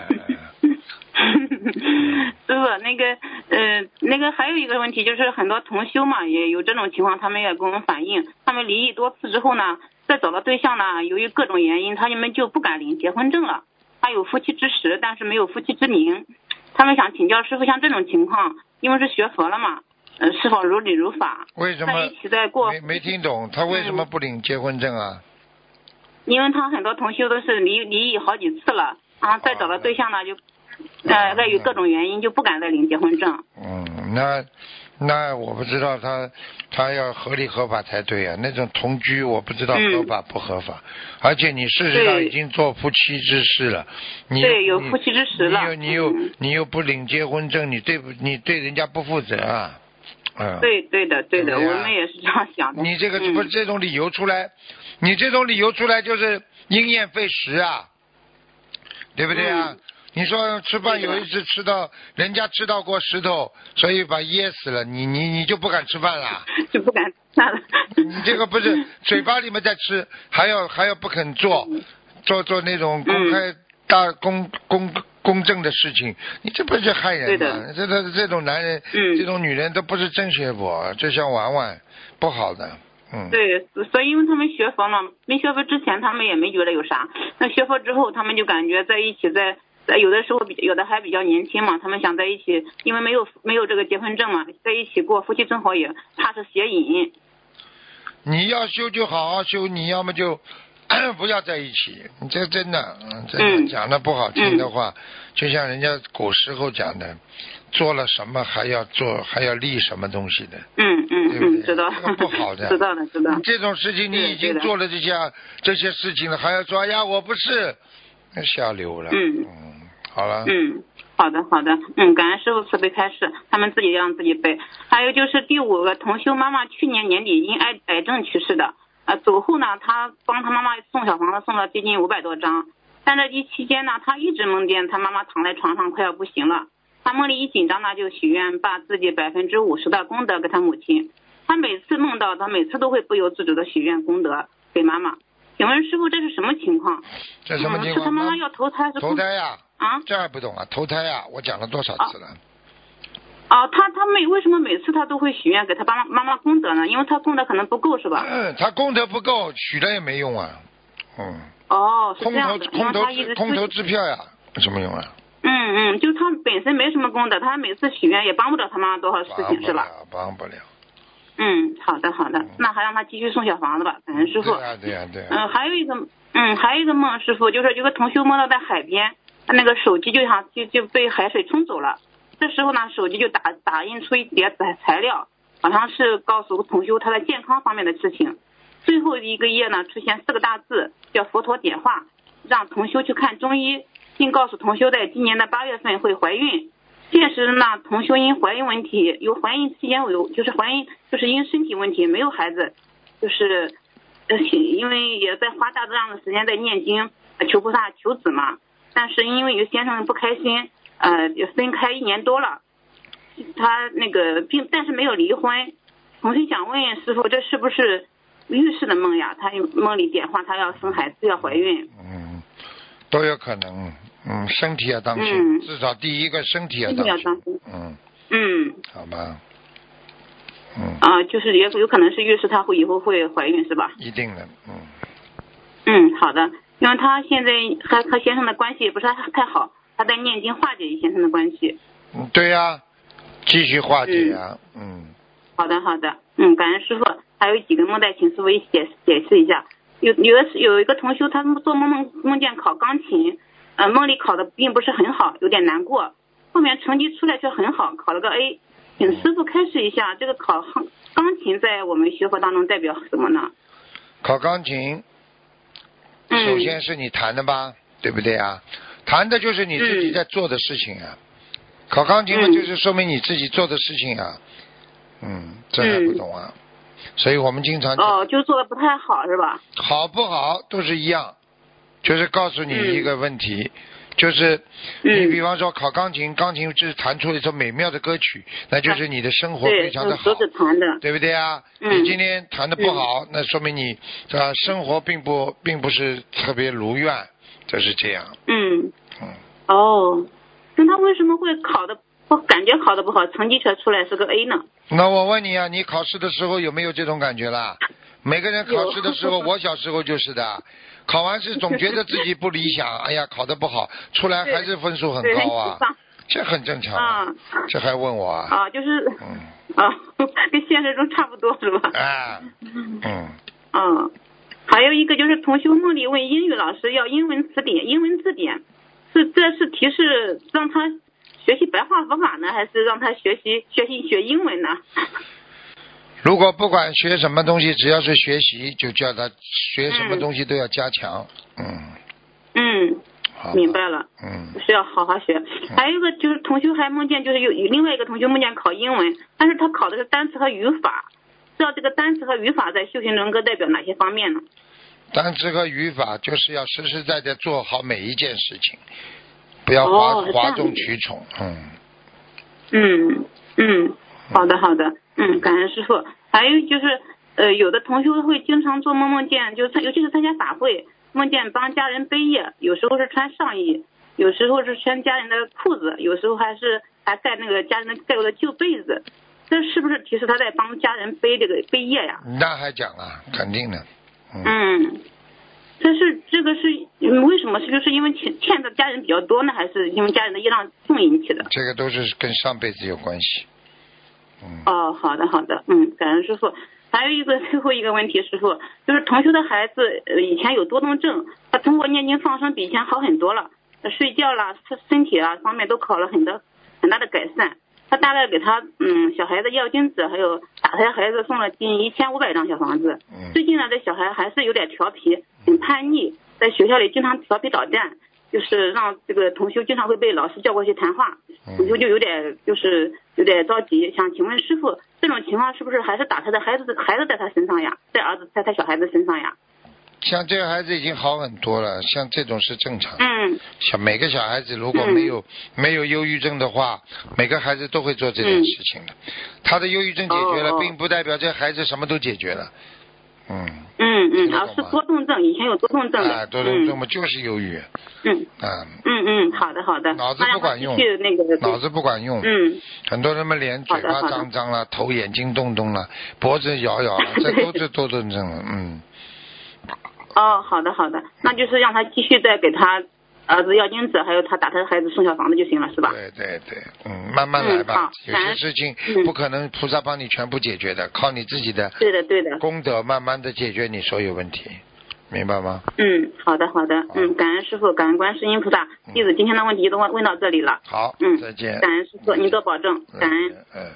师傅，那个呃，那个还有一个问题就是很多同修嘛也有这种情况，他们也跟我们反映，他们离异多次之后呢，再找到对象呢，由于各种原因，他们就不敢领结婚证了。他有夫妻之实，但是没有夫妻之名。他们想请教师傅，像这种情况，因为是学佛了嘛，呃，是否如理如法？ 为什么在一起在过？ 没没听懂，他为什么不领结婚证啊？ 嗯、因为他很多同修都是离离异好几次了，然后再找到对象呢，就呃，再有各种原因就不敢再领结婚证。 嗯，那那我不知道他他要合理合法才对啊，那种同居我不知道合法不合法，嗯、而且你事实上已经做夫妻之事了，你对有夫妻之实了， 你又你又、嗯、你又不领结婚证，你对不你对人家不负责啊。嗯， 对对的对的， 对啊、 我们也是这样想的。 你这个不、嗯、这种理由出来，你这种理由出来就是因噎废食啊，对不对啊？嗯，你说吃饭有一次吃到人家吃到过石头，所以把噎死了，你你你就不敢吃饭了？ 就不敢吃饭了。 你这个不是嘴巴里面在吃，还要还要不肯做，做做那种公开大公公公正的事情，你这不是害人吗？这这这种男人， 嗯， 这种女人都不是真学佛，这像玩玩，不好的。嗯， 对，所以因为他们学佛嘛，没学佛之前他们也没觉得有啥，那学佛之后他们就感觉在一起在。有的时候比有的还比较年轻嘛，他们想在一起，因为没有没有这个结婚证嘛，在一起过夫妻生活也怕是邪淫。 你要修就好好修，你要么就不要在一起。你这真的，真的、嗯、讲的不好听的话、嗯，就像人家古时候讲的，做了什么还要做，还要立什么东西的。 嗯嗯对不对嗯，知道。 这个不好的。 知道的，知道。 这种事情你已经做了这些这些事情了，还要说呀我不是，那瞎溜了。 嗯。 嗯好了， 嗯，好的好的，嗯，感恩师父慈悲开示，他们自己让自己背。还有就是第五个同修妈妈去年年底因癌癌症去世的，呃，走后呢，他帮他妈妈送小房子送了接近五百多张，但这一期间呢，他一直梦见他妈妈躺在床上快要不行了，他梦里一紧张呢，就许愿把自己百分之五十的功德给他母亲，他每次梦到，他每次都会不由自主的许愿功德给妈妈。请问师父这是什么情况？ 这什么情况？ 嗯、是他妈妈要投胎是投胎呀、 啊？啊， 这还不懂啊？投胎呀、啊？我讲了多少次了？ 啊，啊他他每为什么每次他都会许愿给他妈妈妈妈功德呢？因为他功德可能不够是吧？ 嗯，他功德不够，许了也没用啊。嗯。 哦，是这样的。 空头空头空头支票呀，有什么用啊？ 嗯嗯，就他本身没什么功德，他每次许愿也帮不了他妈妈多少事情是吧？ 帮不了。 嗯，好的好的，嗯、那还让他继续送小房子吧，感恩师傅。 对呀、啊、对呀、啊、对呀、 啊。嗯，还有一个嗯还有一个梦，师傅就是有个同修梦到在海边，他那个手机就想就就被海水冲走了，这时候呢手机就打打印出一叠材材料，好像是告诉同修他的健康方面的事情。最后一个页呢出现四个大字叫佛陀点化，让同修去看中医，并告诉同修在今年的八月份会怀孕。现实呢，同修因怀孕问题，有怀孕期间有就是怀孕就是因身体问题没有孩子，就是呃因为也在花大量的时间在念经求菩萨求子嘛，但是因为有先生不开心，呃也分开一年多了，他那个并但是没有离婚。同修想问师傅，这是不是预示的梦呀？他梦里点化他要生孩子要怀孕。 嗯，都有可能。嗯，身体要当心、 嗯， 至少第一个身体要当心。 要当心嗯嗯， 好吧。嗯啊，就是也有可能是预示他会以后会怀孕是吧？ 一定的，嗯。 嗯，好的，因为他现在和和先生的关系也不是太好，他在念经化解与先生的关系。 嗯，对呀、啊，继续化解呀、啊，嗯。嗯好的好的，嗯，感恩师傅，还有几个梦代请师傅一起解解释一下。有有的有一个同修，他做梦梦梦见考钢琴。呃，梦里考的并不是很好，有点难过。后面成绩出来却很好，考了个 A。请师傅开示一下，这个考钢琴在我们学佛当中代表什么呢？ 考钢琴，首先是你弹的吧，嗯、对不对啊？弹的就是你自己在做的事情啊。嗯、考钢琴嘛，就是说明你自己做的事情啊。嗯，这还不懂啊？嗯、所以我们经常哦，就做的不太好是吧？ 好不好都是一样。就是告诉你一个问题、嗯， 就是你比方说考钢琴，钢琴就是弹出一首美妙的歌曲，那就是你的生活非常的好， 对，弹的， 对不对啊？ 嗯、 你今天弹的不好，嗯、那说明你啊生活并不并不是特别如愿，就是这样。 嗯。 嗯。 哦，那他为什么会考的？我感觉考的不好，成绩却出来是个 A 呢？ 那我问你啊，你考试的时候有没有这种感觉啦？每个人考试的时候，我小时候就是的。考完试总觉得自己不理想，哎呀，考得不好，出来还是分数很高啊，这很正常啊。这还问我啊？ 啊，就是，嗯，啊，跟现实中差不多是吧？ 哎，嗯。 嗯，还有一个就是同学梦里问英语老师要英文词典，英文字典，是这是提示让他学习白话佛法呢，还是让他学习学习学英文呢？ 如果不管学什么东西，只要是学习，就叫他学什么东西都要加强。嗯。 嗯，明白了。 嗯。 是要好好学。嗯、还有一个就是同学还梦见，就是有有另外一个同学梦见考英文，但是他考的是单词和语法。知道这个单词和语法在修行人格代表哪些方面呢？ 单词和语法就是要实实在在做好每一件事情，不要哗、哦、哗众取宠。嗯。 嗯嗯，好的好的。嗯，感恩师父。还有就是，呃，有的同学会经常做梦，梦见就尤其是参加法会，梦见帮家人背业，有时候是穿上衣，有时候是穿家人的裤子，有时候还是还盖那个家人的盖过的旧被子，这是不是提示他在帮家人背这个背业呀？ 那还讲啊，肯定的。 嗯。嗯，这是这个是为什么？是就是因为欠欠的家人比较多呢，还是因为家人的业障重引起的？ 这个都是跟上辈子有关系。嗯、 哦，好的好的，嗯，感恩师父。还有一个最后一个问题，师父，就是同修的孩子呃以前有多动症，他通过念经放生比以前好很多了，睡觉啦、身体啊方面都考了很多很大的改善。他大概给他嗯小孩子要经子，还有打胎孩子送了近一千五百张小房子。 嗯、 最近呢，这小孩还是有点调皮，很叛逆，在学校里经常调皮捣蛋。就是让这个同修经常会被老师叫过去谈话，同修就有点就是有点着急，想请问师父，这种情况是不是还是打他的孩子孩子在他身上呀，在儿子在他小孩子身上呀？ 像这个孩子已经好很多了，像这种是正常。 嗯。 像每个小孩子如果没有、嗯、没有忧郁症的话，每个孩子都会做这件事情的。嗯、他的忧郁症解决了、哦，并不代表这孩子什么都解决了。嗯嗯嗯，啊是多动症，以前有多动症的。 啊，多动症嘛、嗯、就是忧郁。 嗯。 啊。 嗯嗯，好的好的。 脑子不管用。 那个。 脑子不管用。 嗯。 很多人们脸嘴巴张张了，头眼睛动动了，脖子摇摇了，这都是多动症了。嗯。 哦，好的好的，那就是让他继续再给他儿子要经子，还有他打他的孩子送小房子就行了，是吧？ 对对对，嗯，慢慢来吧。嗯、有些事情不可能菩萨帮你全部解决的，嗯、靠你自己的对的对的功德，慢慢的解决你所有问题，明白吗？ 嗯，好的好的，嗯，感恩师父，感恩观世音菩萨，弟子今天的问题都问问到这里了。 好， 嗯， 再见。 感恩师父，您多保重，感恩。 嗯。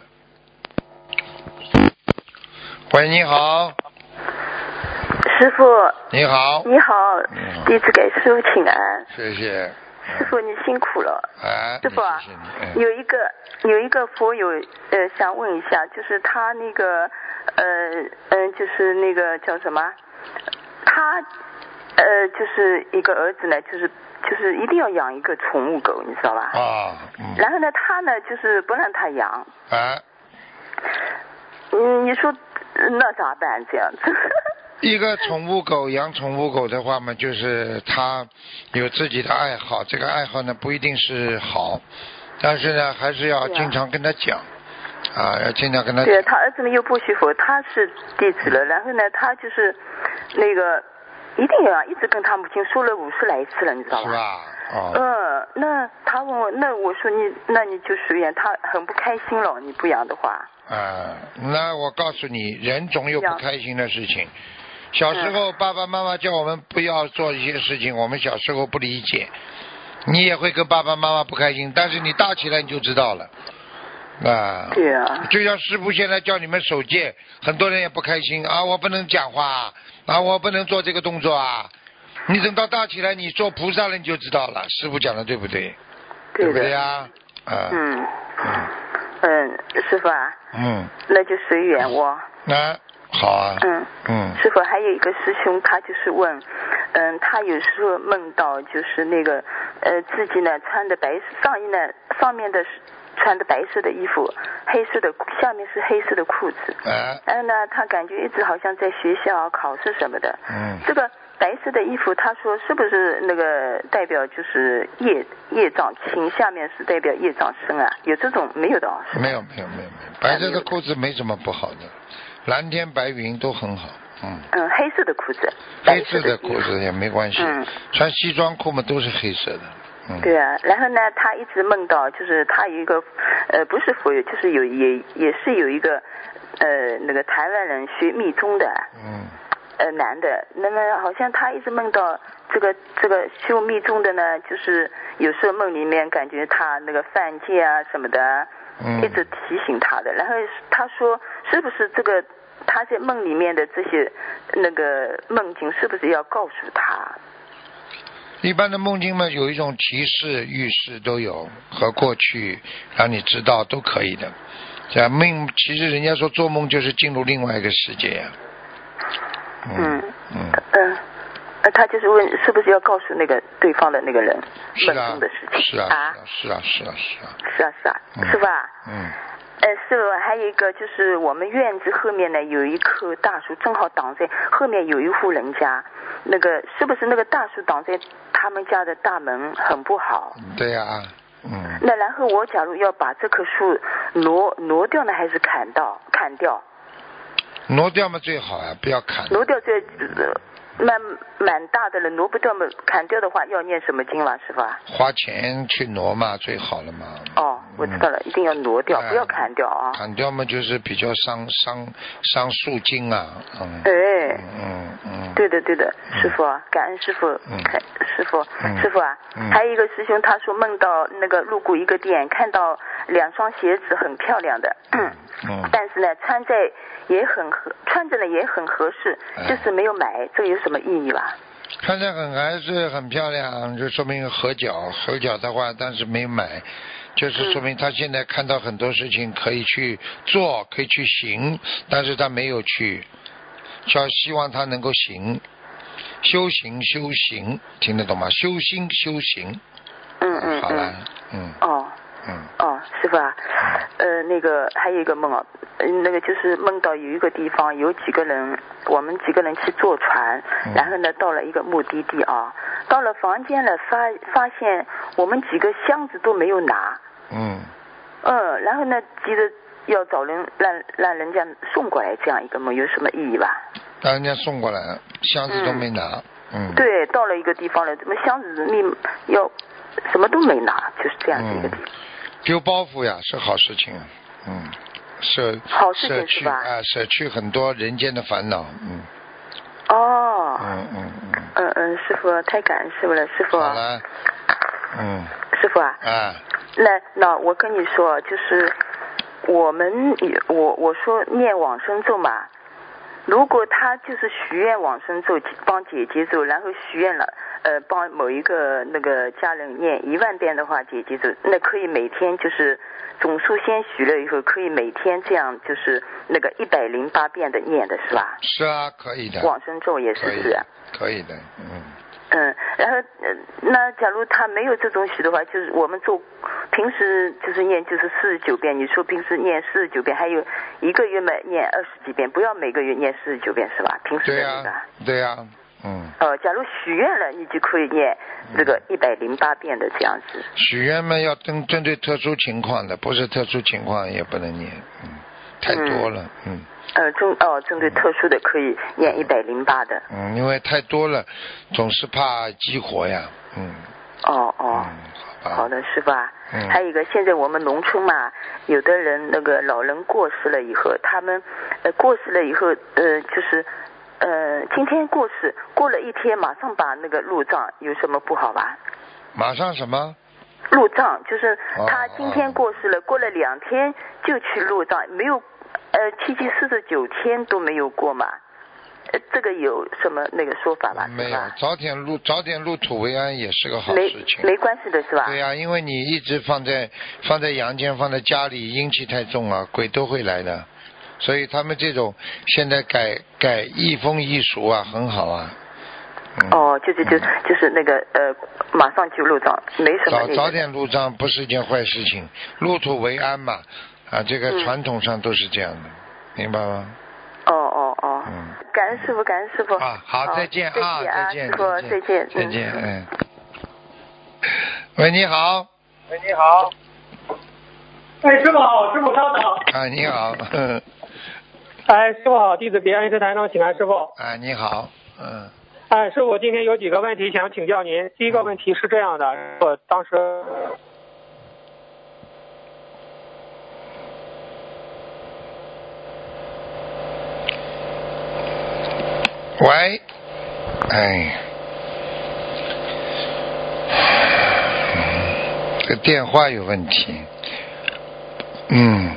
喂，你好。 师父你好， 你好，弟子给师父请安。 谢谢。 师父你辛苦了。 哎， 师父啊， 谢谢你、哎、 有一个有一个佛友呃想问一下，就是他那个呃嗯、呃、就是那个叫什么，他呃就是一个儿子呢，就是就是一定要养一个宠物狗，你知道吧？ 啊。嗯、 然后呢，他呢就是不让他养。 哎。 嗯，你说那咋办这样子？ 一个宠物狗养宠物狗的话嘛，就是他有自己的爱好，这个爱好呢不一定是好，但是呢还是要经常跟他讲 啊, 啊，要经常跟他讲。 对，他儿子呢又不许佛，他是弟子了，然后呢他就是那个一定要一直跟他母亲说了五十来次了，你知道吧？ 是吧？哦。 嗯，那他问我，那我说你，那你就随缘，他很不开心了，你不养的话。 啊，那我告诉你，人总有不开心的事情。小时候爸爸妈妈叫我们不要做一些事情，我们小时候不理解，你也会跟爸爸妈妈不开心，但是你大起来你就知道了啊。 对啊。 就像师父现在叫你们守戒，很多人也不开心啊，我不能讲话啊，我不能做这个动作啊。你等到大起来，你做菩萨了你就知道了，师父讲的对不对？ 对的。 对不对啊？啊。 嗯。嗯嗯，师父啊。 嗯。 那就随缘我。 那。好啊。 嗯嗯。 师父还有一个师兄，他就是问， 嗯，他有时候梦到就是那个呃自己呢穿的白上衣呢上面的穿的白色的衣服，黑色的下面是黑色的裤子。 哎。 然后呢，他感觉一直好像在学校考试什么的。 嗯。 这个白色的衣服，他说是不是那个代表就是业业障轻，下面是代表业障深啊？有这种没有的啊？ 没有没有没有没有，白色的裤子没什么不好的，蓝天白云都很好。嗯。 嗯，黑色的裤子。 黑色的裤子也没关系， 嗯、 穿西装裤嘛都是黑色的。嗯、 对啊，然后呢，他一直梦到，就是他有一个，呃，不是佛友，就是有也也是有一个，呃，那个台湾人学密宗的， 嗯， 呃，男的，那么好像他一直梦到这个这个修密宗的呢，就是有时候梦里面感觉他那个犯戒啊什么的， 嗯， 一直提醒他的，然后他说是不是这个他在梦里面的这些那个梦境是不是要告诉他？ 一般的梦境嘛，有一种提示、预示都有，和过去让你知道都可以的。这样梦，其实人家说做梦就是进入另外一个世界呀、啊。 嗯嗯嗯，呃，他就是问是不是要告诉那个对方的那个人梦中的事情？ 是啊，是啊，是啊，是啊， 是啊，是啊， 嗯、 是吧？ 嗯。 呃，师傅，还有一个就是我们院子后面呢有一棵大树，正好挡在后面有一户人家，那个是不是那个大树挡在他们家的大门很不好？ 对呀、啊，嗯。 那然后我假如要把这棵树挪挪掉呢，还是砍到砍掉？ 挪掉嘛最好啊，不要砍。 挪掉最蛮蛮大的了，挪不掉嘛，砍掉的话要念什么经了，师傅啊？ 花钱去挪嘛，最好了嘛。 哦，我知道了，嗯、一定要挪掉，不要砍掉啊。 砍掉嘛，就是比较伤伤伤树筋啊，嗯。 哎。 嗯嗯。 对的对的，师傅，感恩师傅， 嗯， 师傅， 嗯、 师傅啊、 嗯， 还有一个师兄他说梦到那个路过一个店，看到两双鞋子很漂亮的，嗯， 嗯但是呢穿在也很合，穿着呢也很合适，就是没有买，这有什么意义吧？ 穿着很还是很漂亮，就说明合脚，合脚的话，但是没买，就是说明他现在看到很多事情可以去做，可以去行，但是他没有去，就希望他能够行，修行修行，听得懂吗？修心修行。 嗯嗯。 好了，嗯。 哦。 嗯。 哦，师傅啊，呃，那个还有一个梦啊，那个就是梦到有一个地方有几个人，我们几个人去坐船， 嗯、 然后呢到了一个目的地啊，到了房间了，发发现我们几个箱子都没有拿。 嗯。 嗯，然后呢急着要找人让让人家送过来，这样一个梦有什么意义吧？ 让人家送过来，箱子都没拿。嗯。嗯对，到了一个地方了，怎么箱子密要什么都没拿，就是这样的一个地方。 嗯丢包袱呀，是好事情，嗯，舍好事情舍去啊，舍去很多人间的烦恼，嗯。 哦。 嗯嗯嗯。 嗯嗯，师傅太感恩师傅了，师傅。 好了。嗯。 师傅啊。 啊。 那那我跟你说，就是我们我我说念往生咒嘛，如果他就是许愿往生咒帮姐姐咒，然后许愿了。呃，帮某一个那个家人念一万遍的话，姐姐就那可以每天就是总数先许了以后，可以每天这样就是那个一百零八遍的念的是吧？ 是啊，可以的。 往生咒也是是啊。 可以的，嗯。 嗯，然后呃，那假如他没有这种许的话，就是我们做平时就是念就是四十九遍，你说平时念四十九遍，还有一个月嘛念二十几遍，不要每个月念四十九遍是吧？平时的那个。 对呀、啊，对呀、啊。嗯， 呃，假如许愿了，你就可以念这个一百零八遍的这样子。 许愿嘛，要针针对特殊情况的，不是特殊情况也不能念，嗯，太多了，嗯。嗯呃，针哦，针对特殊的可以念一百零八的。 嗯，因为太多了，总是怕激活呀，嗯。 哦哦。 嗯，好吧。 好的，师傅啊。 嗯。 还有一个，现在我们农村嘛，有的人那个老人过世了以后，他们呃过世了以后，呃就是。呃，今天过世，过了一天马上把那个入葬，有什么不好吧？ 马上什么？ 入葬，就是他今天过世了，哦、过了两天就去入葬，没有，呃，七七四十九天都没有过嘛。呃，这个有什么那个说法吧？ 没有，早点入早点入土为安也是个好事情。 没没关系的是吧？ 对呀、啊，因为你一直放在放在阳间，放在家里，阴气太重啊，鬼都会来的。所以他们这种现在改改易风易俗啊，很好啊。 嗯、 哦，就就就、嗯、就是那个呃，马上就入账，没什么。 早早点入账不是一件坏事情，入土为安嘛，啊，这个传统上都是这样的，嗯、明白吗？ 哦哦哦。 嗯。 感恩师傅，感恩师傅。 啊，好，再见啊，再见， 师傅，再见， 再见，嗯。喂，你好。 喂，你好。哎，师傅好，师傅稍等。 啊，你好。 哎，师傅好，弟子别恩师台长，请安师傅。 啊，你好，嗯。 哎，师傅，今天有几个问题想请教您。第一个问题是这样的，我当时。 喂，哎，这个电话有问题，嗯，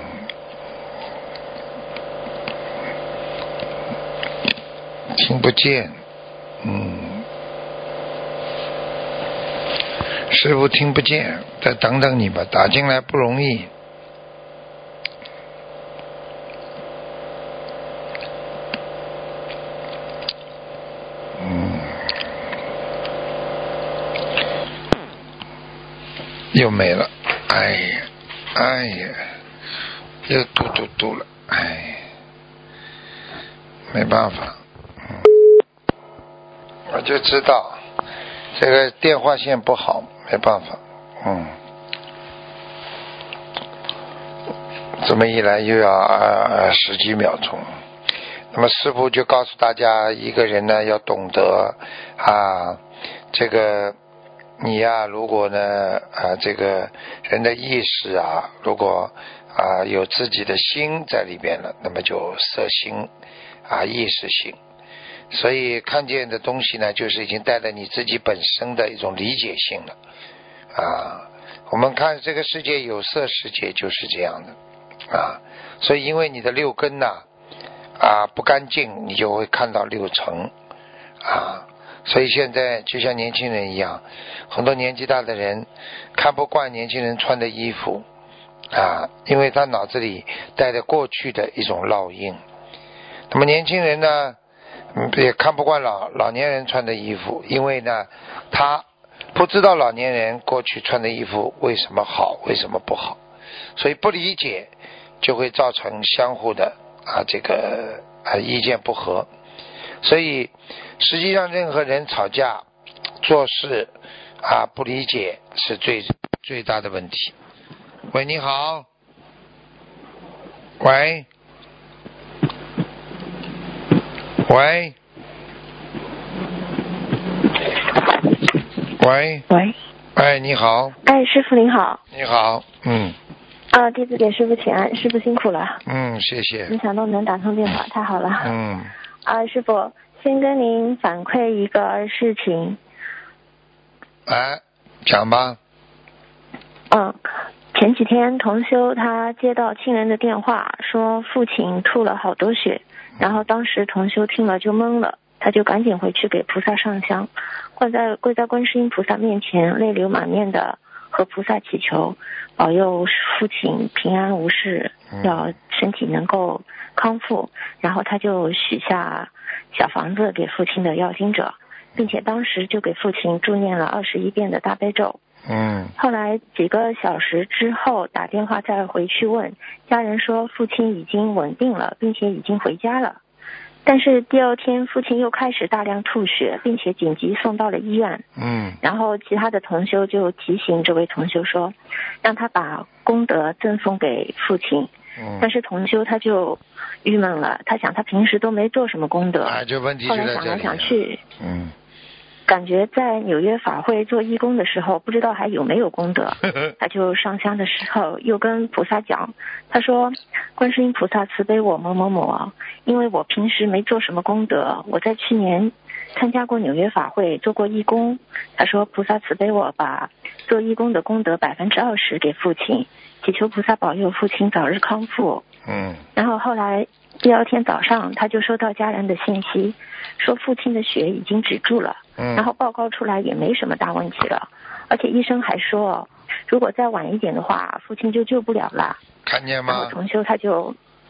听不见，嗯，师傅听不见，再等等你吧，打进来不容易。又没了，哎呀，哎呀，又嘟嘟嘟了，哎，没办法，嗯，我就知道这个电话线不好，没办法，嗯，这么一来又要呃十几秒钟，那么师父就告诉大家，一个人呢要懂得啊，这个。你呀、啊，如果呢啊，这个人的意识啊，如果啊有自己的心在里边了，那么就色心啊意识心，所以看见的东西呢，就是已经带了你自己本身的一种理解性了啊。我们看这个世界有色世界就是这样的啊，所以因为你的六根呐 啊, 啊不干净，你就会看到六尘啊。所以现在就像年轻人一样，很多年纪大的人看不惯年轻人穿的衣服啊，因为他脑子里带着过去的一种烙印。那么年轻人呢也看不惯老老年人穿的衣服，因为呢他不知道老年人过去穿的衣服为什么好，为什么不好，所以不理解就会造成相互的啊这个啊意见不合。所以实际上任何人吵架做事啊不理解是最最大的问题。喂，你好。喂喂喂喂哎，你好。 哎，师傅您好。 你好，嗯。 啊，弟子给师傅请安，师傅辛苦了。 嗯，谢谢。 没想到能打通电话，太好了。 嗯。 啊，师傅，先跟您反馈一个事情。 哎，讲吧。 嗯，前几天同修他接到亲人的电话，说父亲吐了好多血，然后当时同修听了就懵了，他就赶紧回去给菩萨上香，跪在跪在观世音菩萨面前，泪流满面的和菩萨祈求，保佑父亲平安无事，要身体能够康复。然后他就许下小房子给父亲的要经者，并且当时就给父亲助念了二十一遍的大悲咒。 嗯。 后来几个小时之后打电话再回去问家人，说父亲已经稳定了，并且已经回家了。但是第二天父亲又开始大量吐血，并且紧急送到了医院。 嗯。 然后其他的同修就提醒这位同修说，让他把功德赠送给父亲。 嗯。 但是同修他就郁闷了，他想他平时都没做什么功德。 啊，这问题就在这里。 后来想来想去， 嗯。 感觉在纽约法会做义工的时候，不知道还有没有功德。他就上香的时候又跟菩萨讲，他说观世音菩萨慈悲我某某某，因为我平时没做什么功德，我在去年参加过纽约法会做过义工，他说菩萨慈悲我把做义工的功德百分之二十给父亲，祈求菩萨保佑父亲早日康复。 嗯。 然后后来第二天早上他就收到家人的信息，说父亲的血已经止住了。 嗯。 然后报告出来也没什么大问题了，而且医生还说如果再晚一点的话父亲就救不了了。 看见吗？ 然后同修他就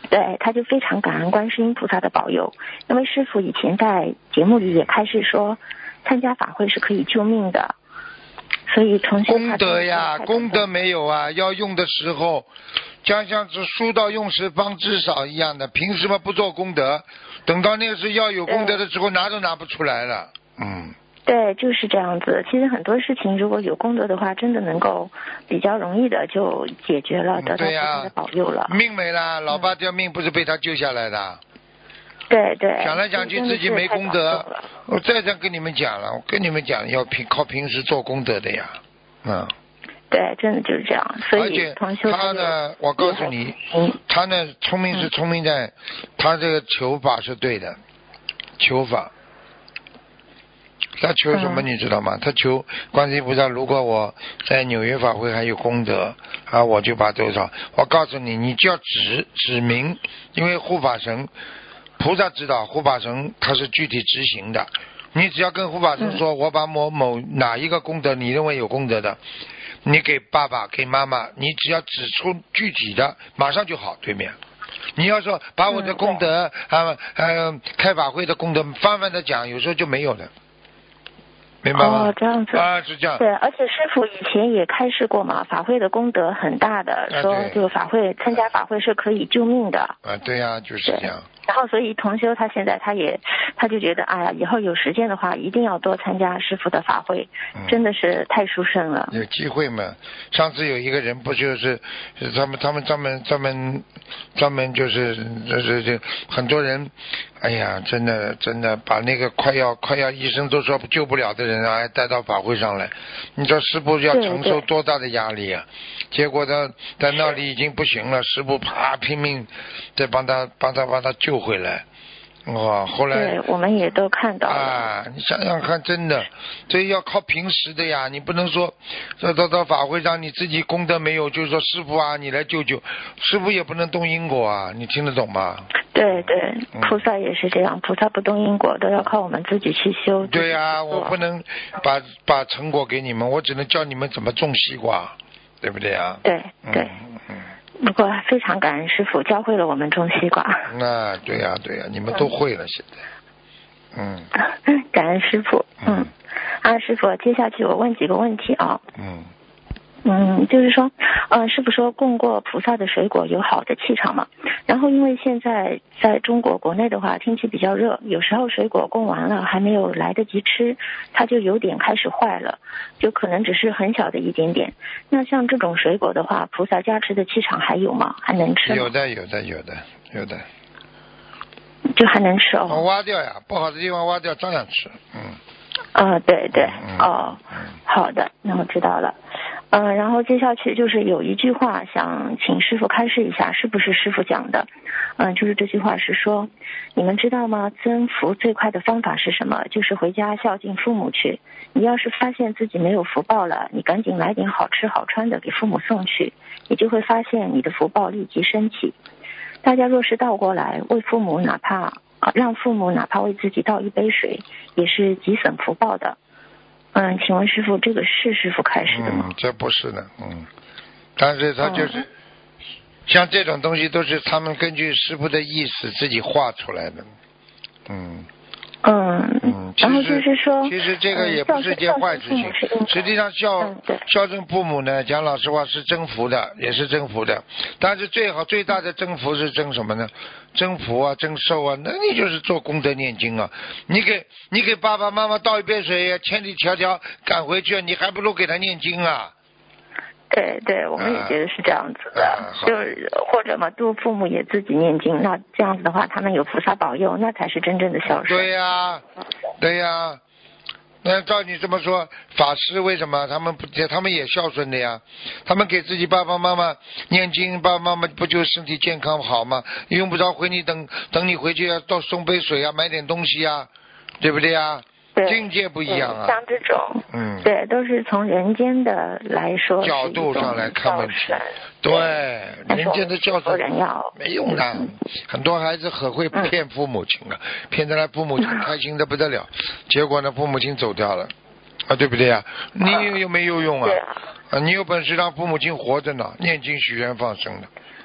对，他就非常感恩观世音菩萨的保佑，因为师父以前在节目里也开始说，参加法会是可以救命的，所以重新功德呀，功德没有啊，要用的时候，将像是书到用时方知少一样的，凭什么不做功德？等到那个时候要有功德的时候，拿都拿不出来了。嗯。 对，就是这样子。其实很多事情如果有功德的话，真的能够比较容易的就解决了，得到菩萨的保佑了。 命没了，老爸这命不是被他救下来的。 对对。 讲来讲去自己没功德，我再三跟你们讲了，我跟你们讲要平靠平时做功德的呀，嗯。 对，真的就是这样。所以同修他呢，我告诉你，他呢聪明是聪明在，他这个求法是对的，求法。他求什么你知道吗？他求观世音菩萨，如果我在纽约法会还有功德啊，我就把多少。我告诉你，你就要指指明，因为护法神菩萨知道，护法神他是具体执行的。你只要跟护法神说，我把某某哪一个功德你认为有功德的，你给爸爸给妈妈，你只要指出具体的，马上就好。对面。你要说把我的功德、嗯、啊呃开法会的功德泛泛的讲，有时候就没有了。明白吗？ 哦，这样子啊，是这样。 对，而且师父以前也开示过嘛，法会的功德很大的， 啊、 说这个法会参加法会是可以救命的。 啊，对呀、啊，就是这样。 然后，所以同修他现在他也他就觉得，哎呀，以后有时间的话，一定要多参加师父的法会，嗯、真的是太殊胜了。 有机会嘛？上次有一个人不就是他们他们专门专门专门就是就是这很多人，哎呀，真的真的把那个快要快要医生都说救不了的人啊，带到法会上来，你说师父要承受多大的压力啊？结果他在那里已经不行了，师父啪拼命再帮他帮他帮他救回来。哇，后来对，我们也都看到了啊！你想想看，真的，这要靠平时的呀，你不能说到到到法会上你自己功德没有，就是说师父啊，你来救救，师父也不能动因果啊，你听得懂吗？ 对对，菩萨也是这样，菩萨不动因果，都要靠我们自己去修。 对呀、啊，我不能把把成果给你们，我只能教你们怎么种西瓜，对不对啊？ 对对。嗯嗯不过非常感恩师父教会了我们种西瓜。 那对呀、啊、对呀、啊，你们都会了现在。嗯。 感恩师父。嗯。啊，师父，接下去我问几个问题啊。 嗯。 嗯，就是说，呃，师父说供过菩萨的水果有好的气场嘛？然后因为现在在中国国内的话，天气比较热，有时候水果供完了还没有来得及吃，它就有点开始坏了，就可能只是很小的一点点。那像这种水果的话，菩萨加持的气场还有吗？还能吃吗？ 有的，有的，有的，有的。 就还能吃哦。 挖掉呀，不好的地方挖掉，照样吃。嗯。 啊、呃，对对，哦，好的，那我知道了。嗯、呃，然后接下去就是有一句话想请师父开示一下，是不是师父讲的？嗯、呃，就是这句话是说，你们知道吗？增福最快的方法是什么？就是回家孝敬父母去。你要是发现自己没有福报了，你赶紧来点好吃好穿的给父母送去，你就会发现你的福报立即升起。大家若是倒过来为父母，哪怕让父母哪怕为自己倒一杯水，也是极省福报的。嗯，请问师父，这个是师父开始的吗？ 嗯，这不是的，嗯，但是他就是、嗯、像这种东西都是他们根据师父的意思自己画出来的，嗯。 嗯嗯， 然后就是说， 其实这个也不是一件坏事情。嗯、实际上孝、嗯、孝顺父母呢，讲老实话是增福的，也是增福的。但是最好最大的增福是增什么呢？增福啊，增寿啊，那你就是做功德念经啊。你给你给爸爸妈妈倒一杯水，千里迢迢赶回去，你还不如给他念经啊。 对对，我们也觉得是这样子的，啊、就是或者嘛，度父母也自己念经，那这样子的话，他们有菩萨保佑，那才是真正的孝顺。 对呀、啊，对呀、啊，那照你这么说，法师为什么他们不？他们也孝顺的呀，他们给自己爸爸妈妈念经，爸爸妈妈不就身体健康好吗？用不着回你等等你回去要多送杯水啊，买点东西啊，对不对呀？境界不一样啊， 像这种，嗯，对，都是从人间的来说角度上来看问题，对，人间的孝顺没用的，很多孩子很会骗父母亲啊，骗得来父母亲开心的不得了，结果呢，父母亲走掉了，啊，对不对啊？你有没有用啊？啊，你有本事让父母亲活着呢，念经许愿放生的，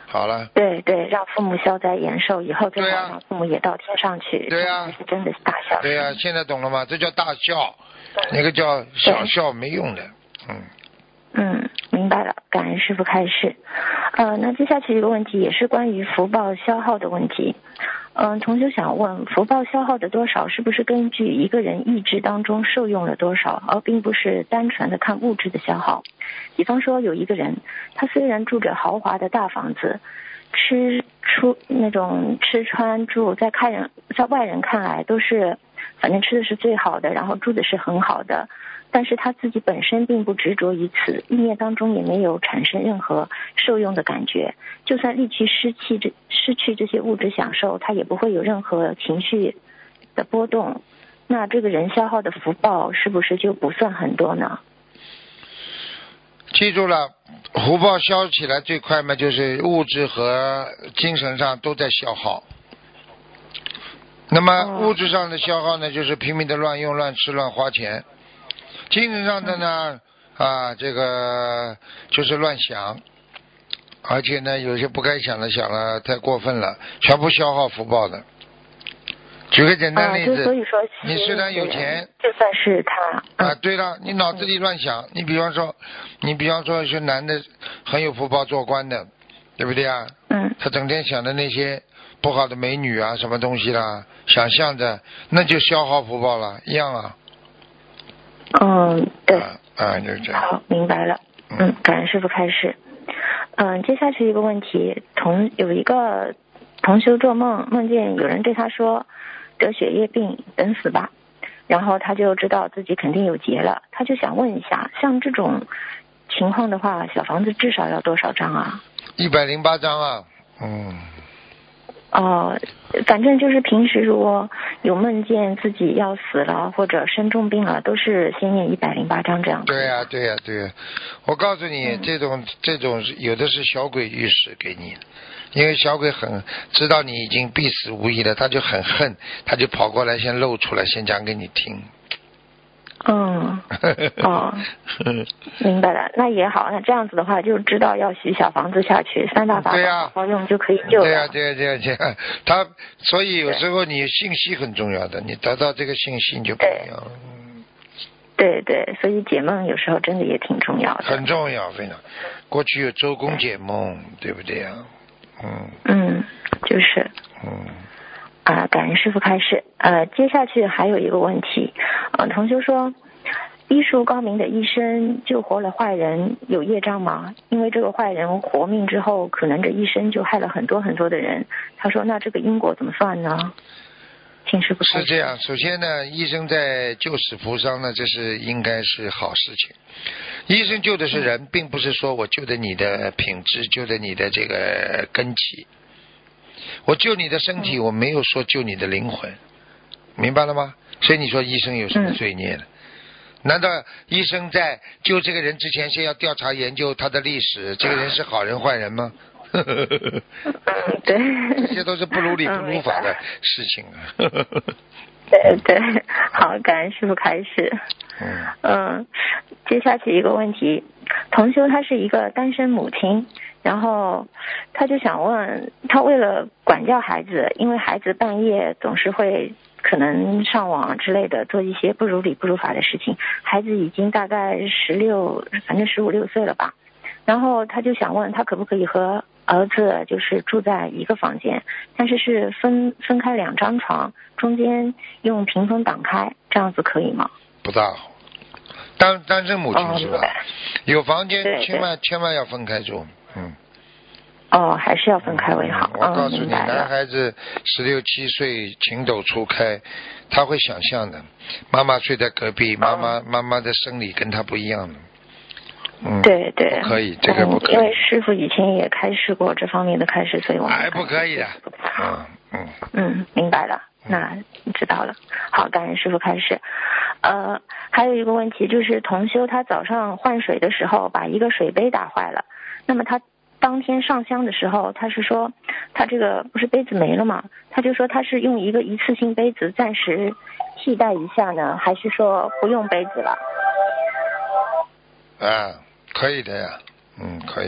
好了。 对对，让父母消灾延寿，以后最好让父母也到天上去。 对呀、啊， 是真的是大孝。 对呀、啊，现在懂了吗？这叫大孝，那个叫小孝没用的。嗯。 嗯，明白了，感恩师父开示。呃，那接下去一个问题也是关于福报消耗的问题。嗯、呃，同学想问，福报消耗的多少是不是根据一个人意志当中受用了多少，而并不是单纯的看物质的消耗？比方说有一个人，他虽然住着豪华的大房子，吃出那种吃穿住，在看人在外人看来都是，反正吃的是最好的，然后住的是很好的。但是他自己本身并不执着于此，意念当中也没有产生任何受用的感觉，就算力去失去这失去这些物质享受，他也不会有任何情绪的波动。那这个人消耗的福报是不是就不算很多呢？ 记住了，福报消起来最快嘛，就是物质和精神上都在消耗。那么物质上的消耗呢，就是拼命的乱用、乱吃、乱花钱。精神上的呢，啊，这个就是乱想，而且呢，有些不该想的想了，太过分了，全部消耗福报的。举个简单例子， 啊、所以说你虽然有钱， 就算是他、 嗯、啊，对了，你脑子里乱想，你比方说，你比方说是男的很有福报做官的，对不对啊？ 嗯。 他整天想的那些不好的美女啊，什么东西啦，想象着，那就消耗福报了，一样啊。 嗯，对。 啊，啊就是这样。 好，明白了。嗯，感恩师父开示。嗯，接下去一个问题，同有一个同修做梦，梦见有人对他说得血液病，等死吧，然后他就知道自己肯定有劫了，他就想问一下，像这种情况的话，小房子至少要多少张啊？ 一百零八张啊，嗯。 哦，反正就是平时如果有梦见自己要死了或者生重病了，都是先念一百零八章这样。 对呀、啊，对呀、啊，对呀、啊。我告诉你， 嗯、 这种这种有的是小鬼预示给你，因为小鬼很知道你已经必死无疑了，他就很恨，他就跑过来先露出来，先讲给你听。 嗯，哦，明白了，那也好，那这样子的话就知道要许小房子下去，三大法宝好好用就可以救了。 对呀、啊，对呀、啊，对呀、啊，对呀、啊，他所以有时候你信息很重要的，你得到这个信息你就不一样了。 对对，所以解梦有时候真的也挺重要的。 很重要，非常。过去有周公解梦，对不对呀、啊？嗯。 嗯，就是。 嗯。 啊，感恩师父开示。呃，接下去还有一个问题，呃，同学说，医术高明的医生救活了坏人，有业障吗？因为这个坏人活命之后，可能这医生就害了很多很多的人。他说，那这个因果怎么算呢？请师父开示。 是这样，首先呢，医生在救死扶伤呢，这是应该是好事情。医生救的是人，并不是说我救的你的品质，救的你的这个根基。我救你的身体，我没有说救你的灵魂，明白了吗？所以你说医生有什么罪孽呢？难道医生在救这个人之前，先要调查研究他的历史，这个人是好人坏人吗？ 对， 这些都是不如理不如法的事情啊。 对对，好，感恩师父开示。 嗯嗯，接下去一个问题，同修她是一个单身母亲，然后她就想问，她为了管教孩子，因为孩子半夜总是会可能上网之类的，做一些不如理不如法的事情，孩子已经大概十六，反正十五六岁了吧，然后她就想问，她可不可以和儿子就是住在一个房间，但是是分分开两张床，中间用屏风挡开，这样子可以吗？ 不大好，单单身母亲是吧？ 哦、 有房间对对千万千万要分开住，嗯。 哦，还是要分开为好。 嗯、我告诉你， 嗯、 男孩子十六七岁情窦初开，他会想象的，妈妈睡在隔壁，妈妈、哦、妈妈的生理跟他不一样的。嗯， 对对， 不可以，这个不可以。 因为师傅以前也开示过这方面的开示，所以我们哎，不可以的。嗯嗯嗯，明白了，那知道了。好，感恩师傅开示。呃，还有一个问题就是，同修他早上换水的时候把一个水杯打坏了，那么他当天上香的时候，他是说他这个不是杯子没了嘛，他就说他是用一个一次性杯子暂时替代一下呢，还是说不用杯子了？ 啊，可以的呀，嗯，可以的。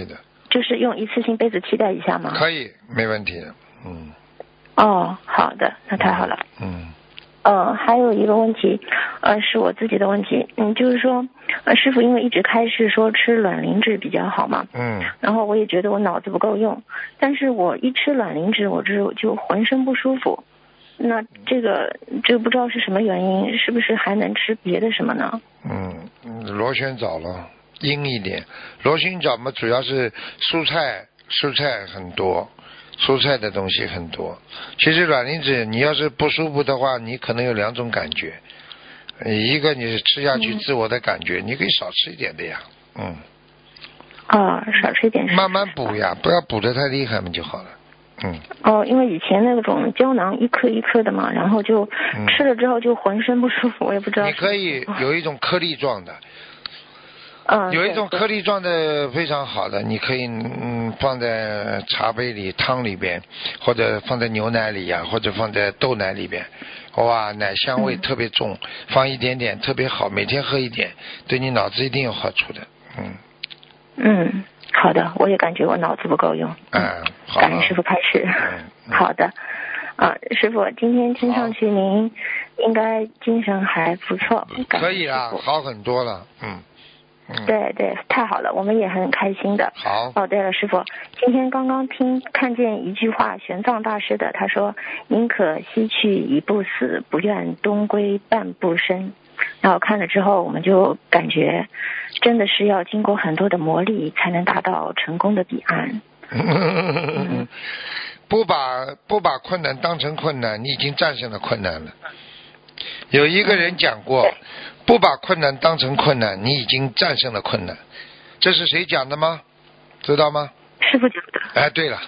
就是用一次性杯子替代一下吗？ 可以，没问题的。嗯。 哦，好的，那太好了。 嗯。 呃，还有一个问题，呃，是我自己的问题，嗯，就是说，呃，师傅因为一直开示说吃卵磷脂比较好嘛， 嗯， 然后我也觉得我脑子不够用，但是我一吃卵磷脂，我就就浑身不舒服，那这个这个不知道是什么原因，是不是还能吃别的什么呢？ 嗯，螺旋藻了，阴一点，螺旋藻嘛，主要是蔬菜，蔬菜很多。蔬菜的东西很多，其实卵磷脂你要是不舒服的话，你可能有两种感觉，一个你是吃下去自我的感觉，嗯、你可以少吃一点的呀，嗯。 哦，少吃一点。 慢慢补呀，不要补得太厉害嘛就好了，嗯。 哦，因为以前那种胶囊一颗一颗的嘛，然后就吃了之后就浑身不舒服，我也不知道。 你可以有一种颗粒状的。 嗯， 有一种颗粒状的非常好的，你可以嗯放在茶杯里、汤里边，或者放在牛奶里呀、啊，或者放在豆奶里边，哇，奶香味特别重，嗯、放一点点特别好，每天喝一点，对你脑子一定有好处的，嗯。 嗯，好的，我也感觉我脑子不够用。 嗯，好。 感恩师傅开示。 嗯嗯、 好的。啊，师傅，今天听上去您应该精神还不错。 可以啊，好很多了，嗯。 对对，太好了，我们也很开心的。 好。 哦，对了，师傅，今天刚刚听看见一句话，玄奘大师的，他说：“宁可西去一步死，不愿东归半步生。”然后看了之后，我们就感觉真的是要经过很多的磨砺，才能达到成功的彼岸。 嗯、不把不把困难当成困难，你已经战胜了困难了。有一个人讲过。嗯，不把困难当成困难，你已经战胜了困难。这是谁讲的吗？知道吗？ 师父讲的。 哎，对了。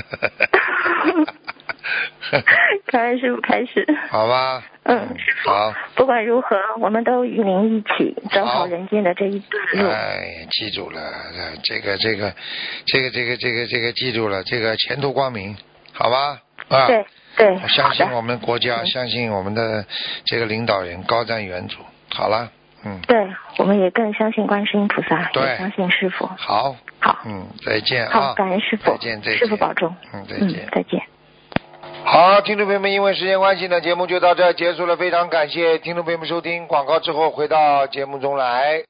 感恩师父开始。 好吧。 嗯，师父。 好。 不管如何，我们都与您一起走好人间的这一段路。 哎，记住了，这个这个这个这个这个这个记住了，这个前途光明，好吧？啊。 对对。 我相信我们国家，相信我们的这个领导人高瞻远瞩。好了，嗯， 对，我们也更相信观世音菩萨， 对， 也相信师父。 好， 好， 嗯，再见啊！ 好，感恩师父， 再见，再见， 师父保重， 嗯，再见， 嗯、再见。 好，听众朋友们，因为时间关系呢，节目就到这结束了，非常感谢听众朋友们收听，广告之后回到节目中来。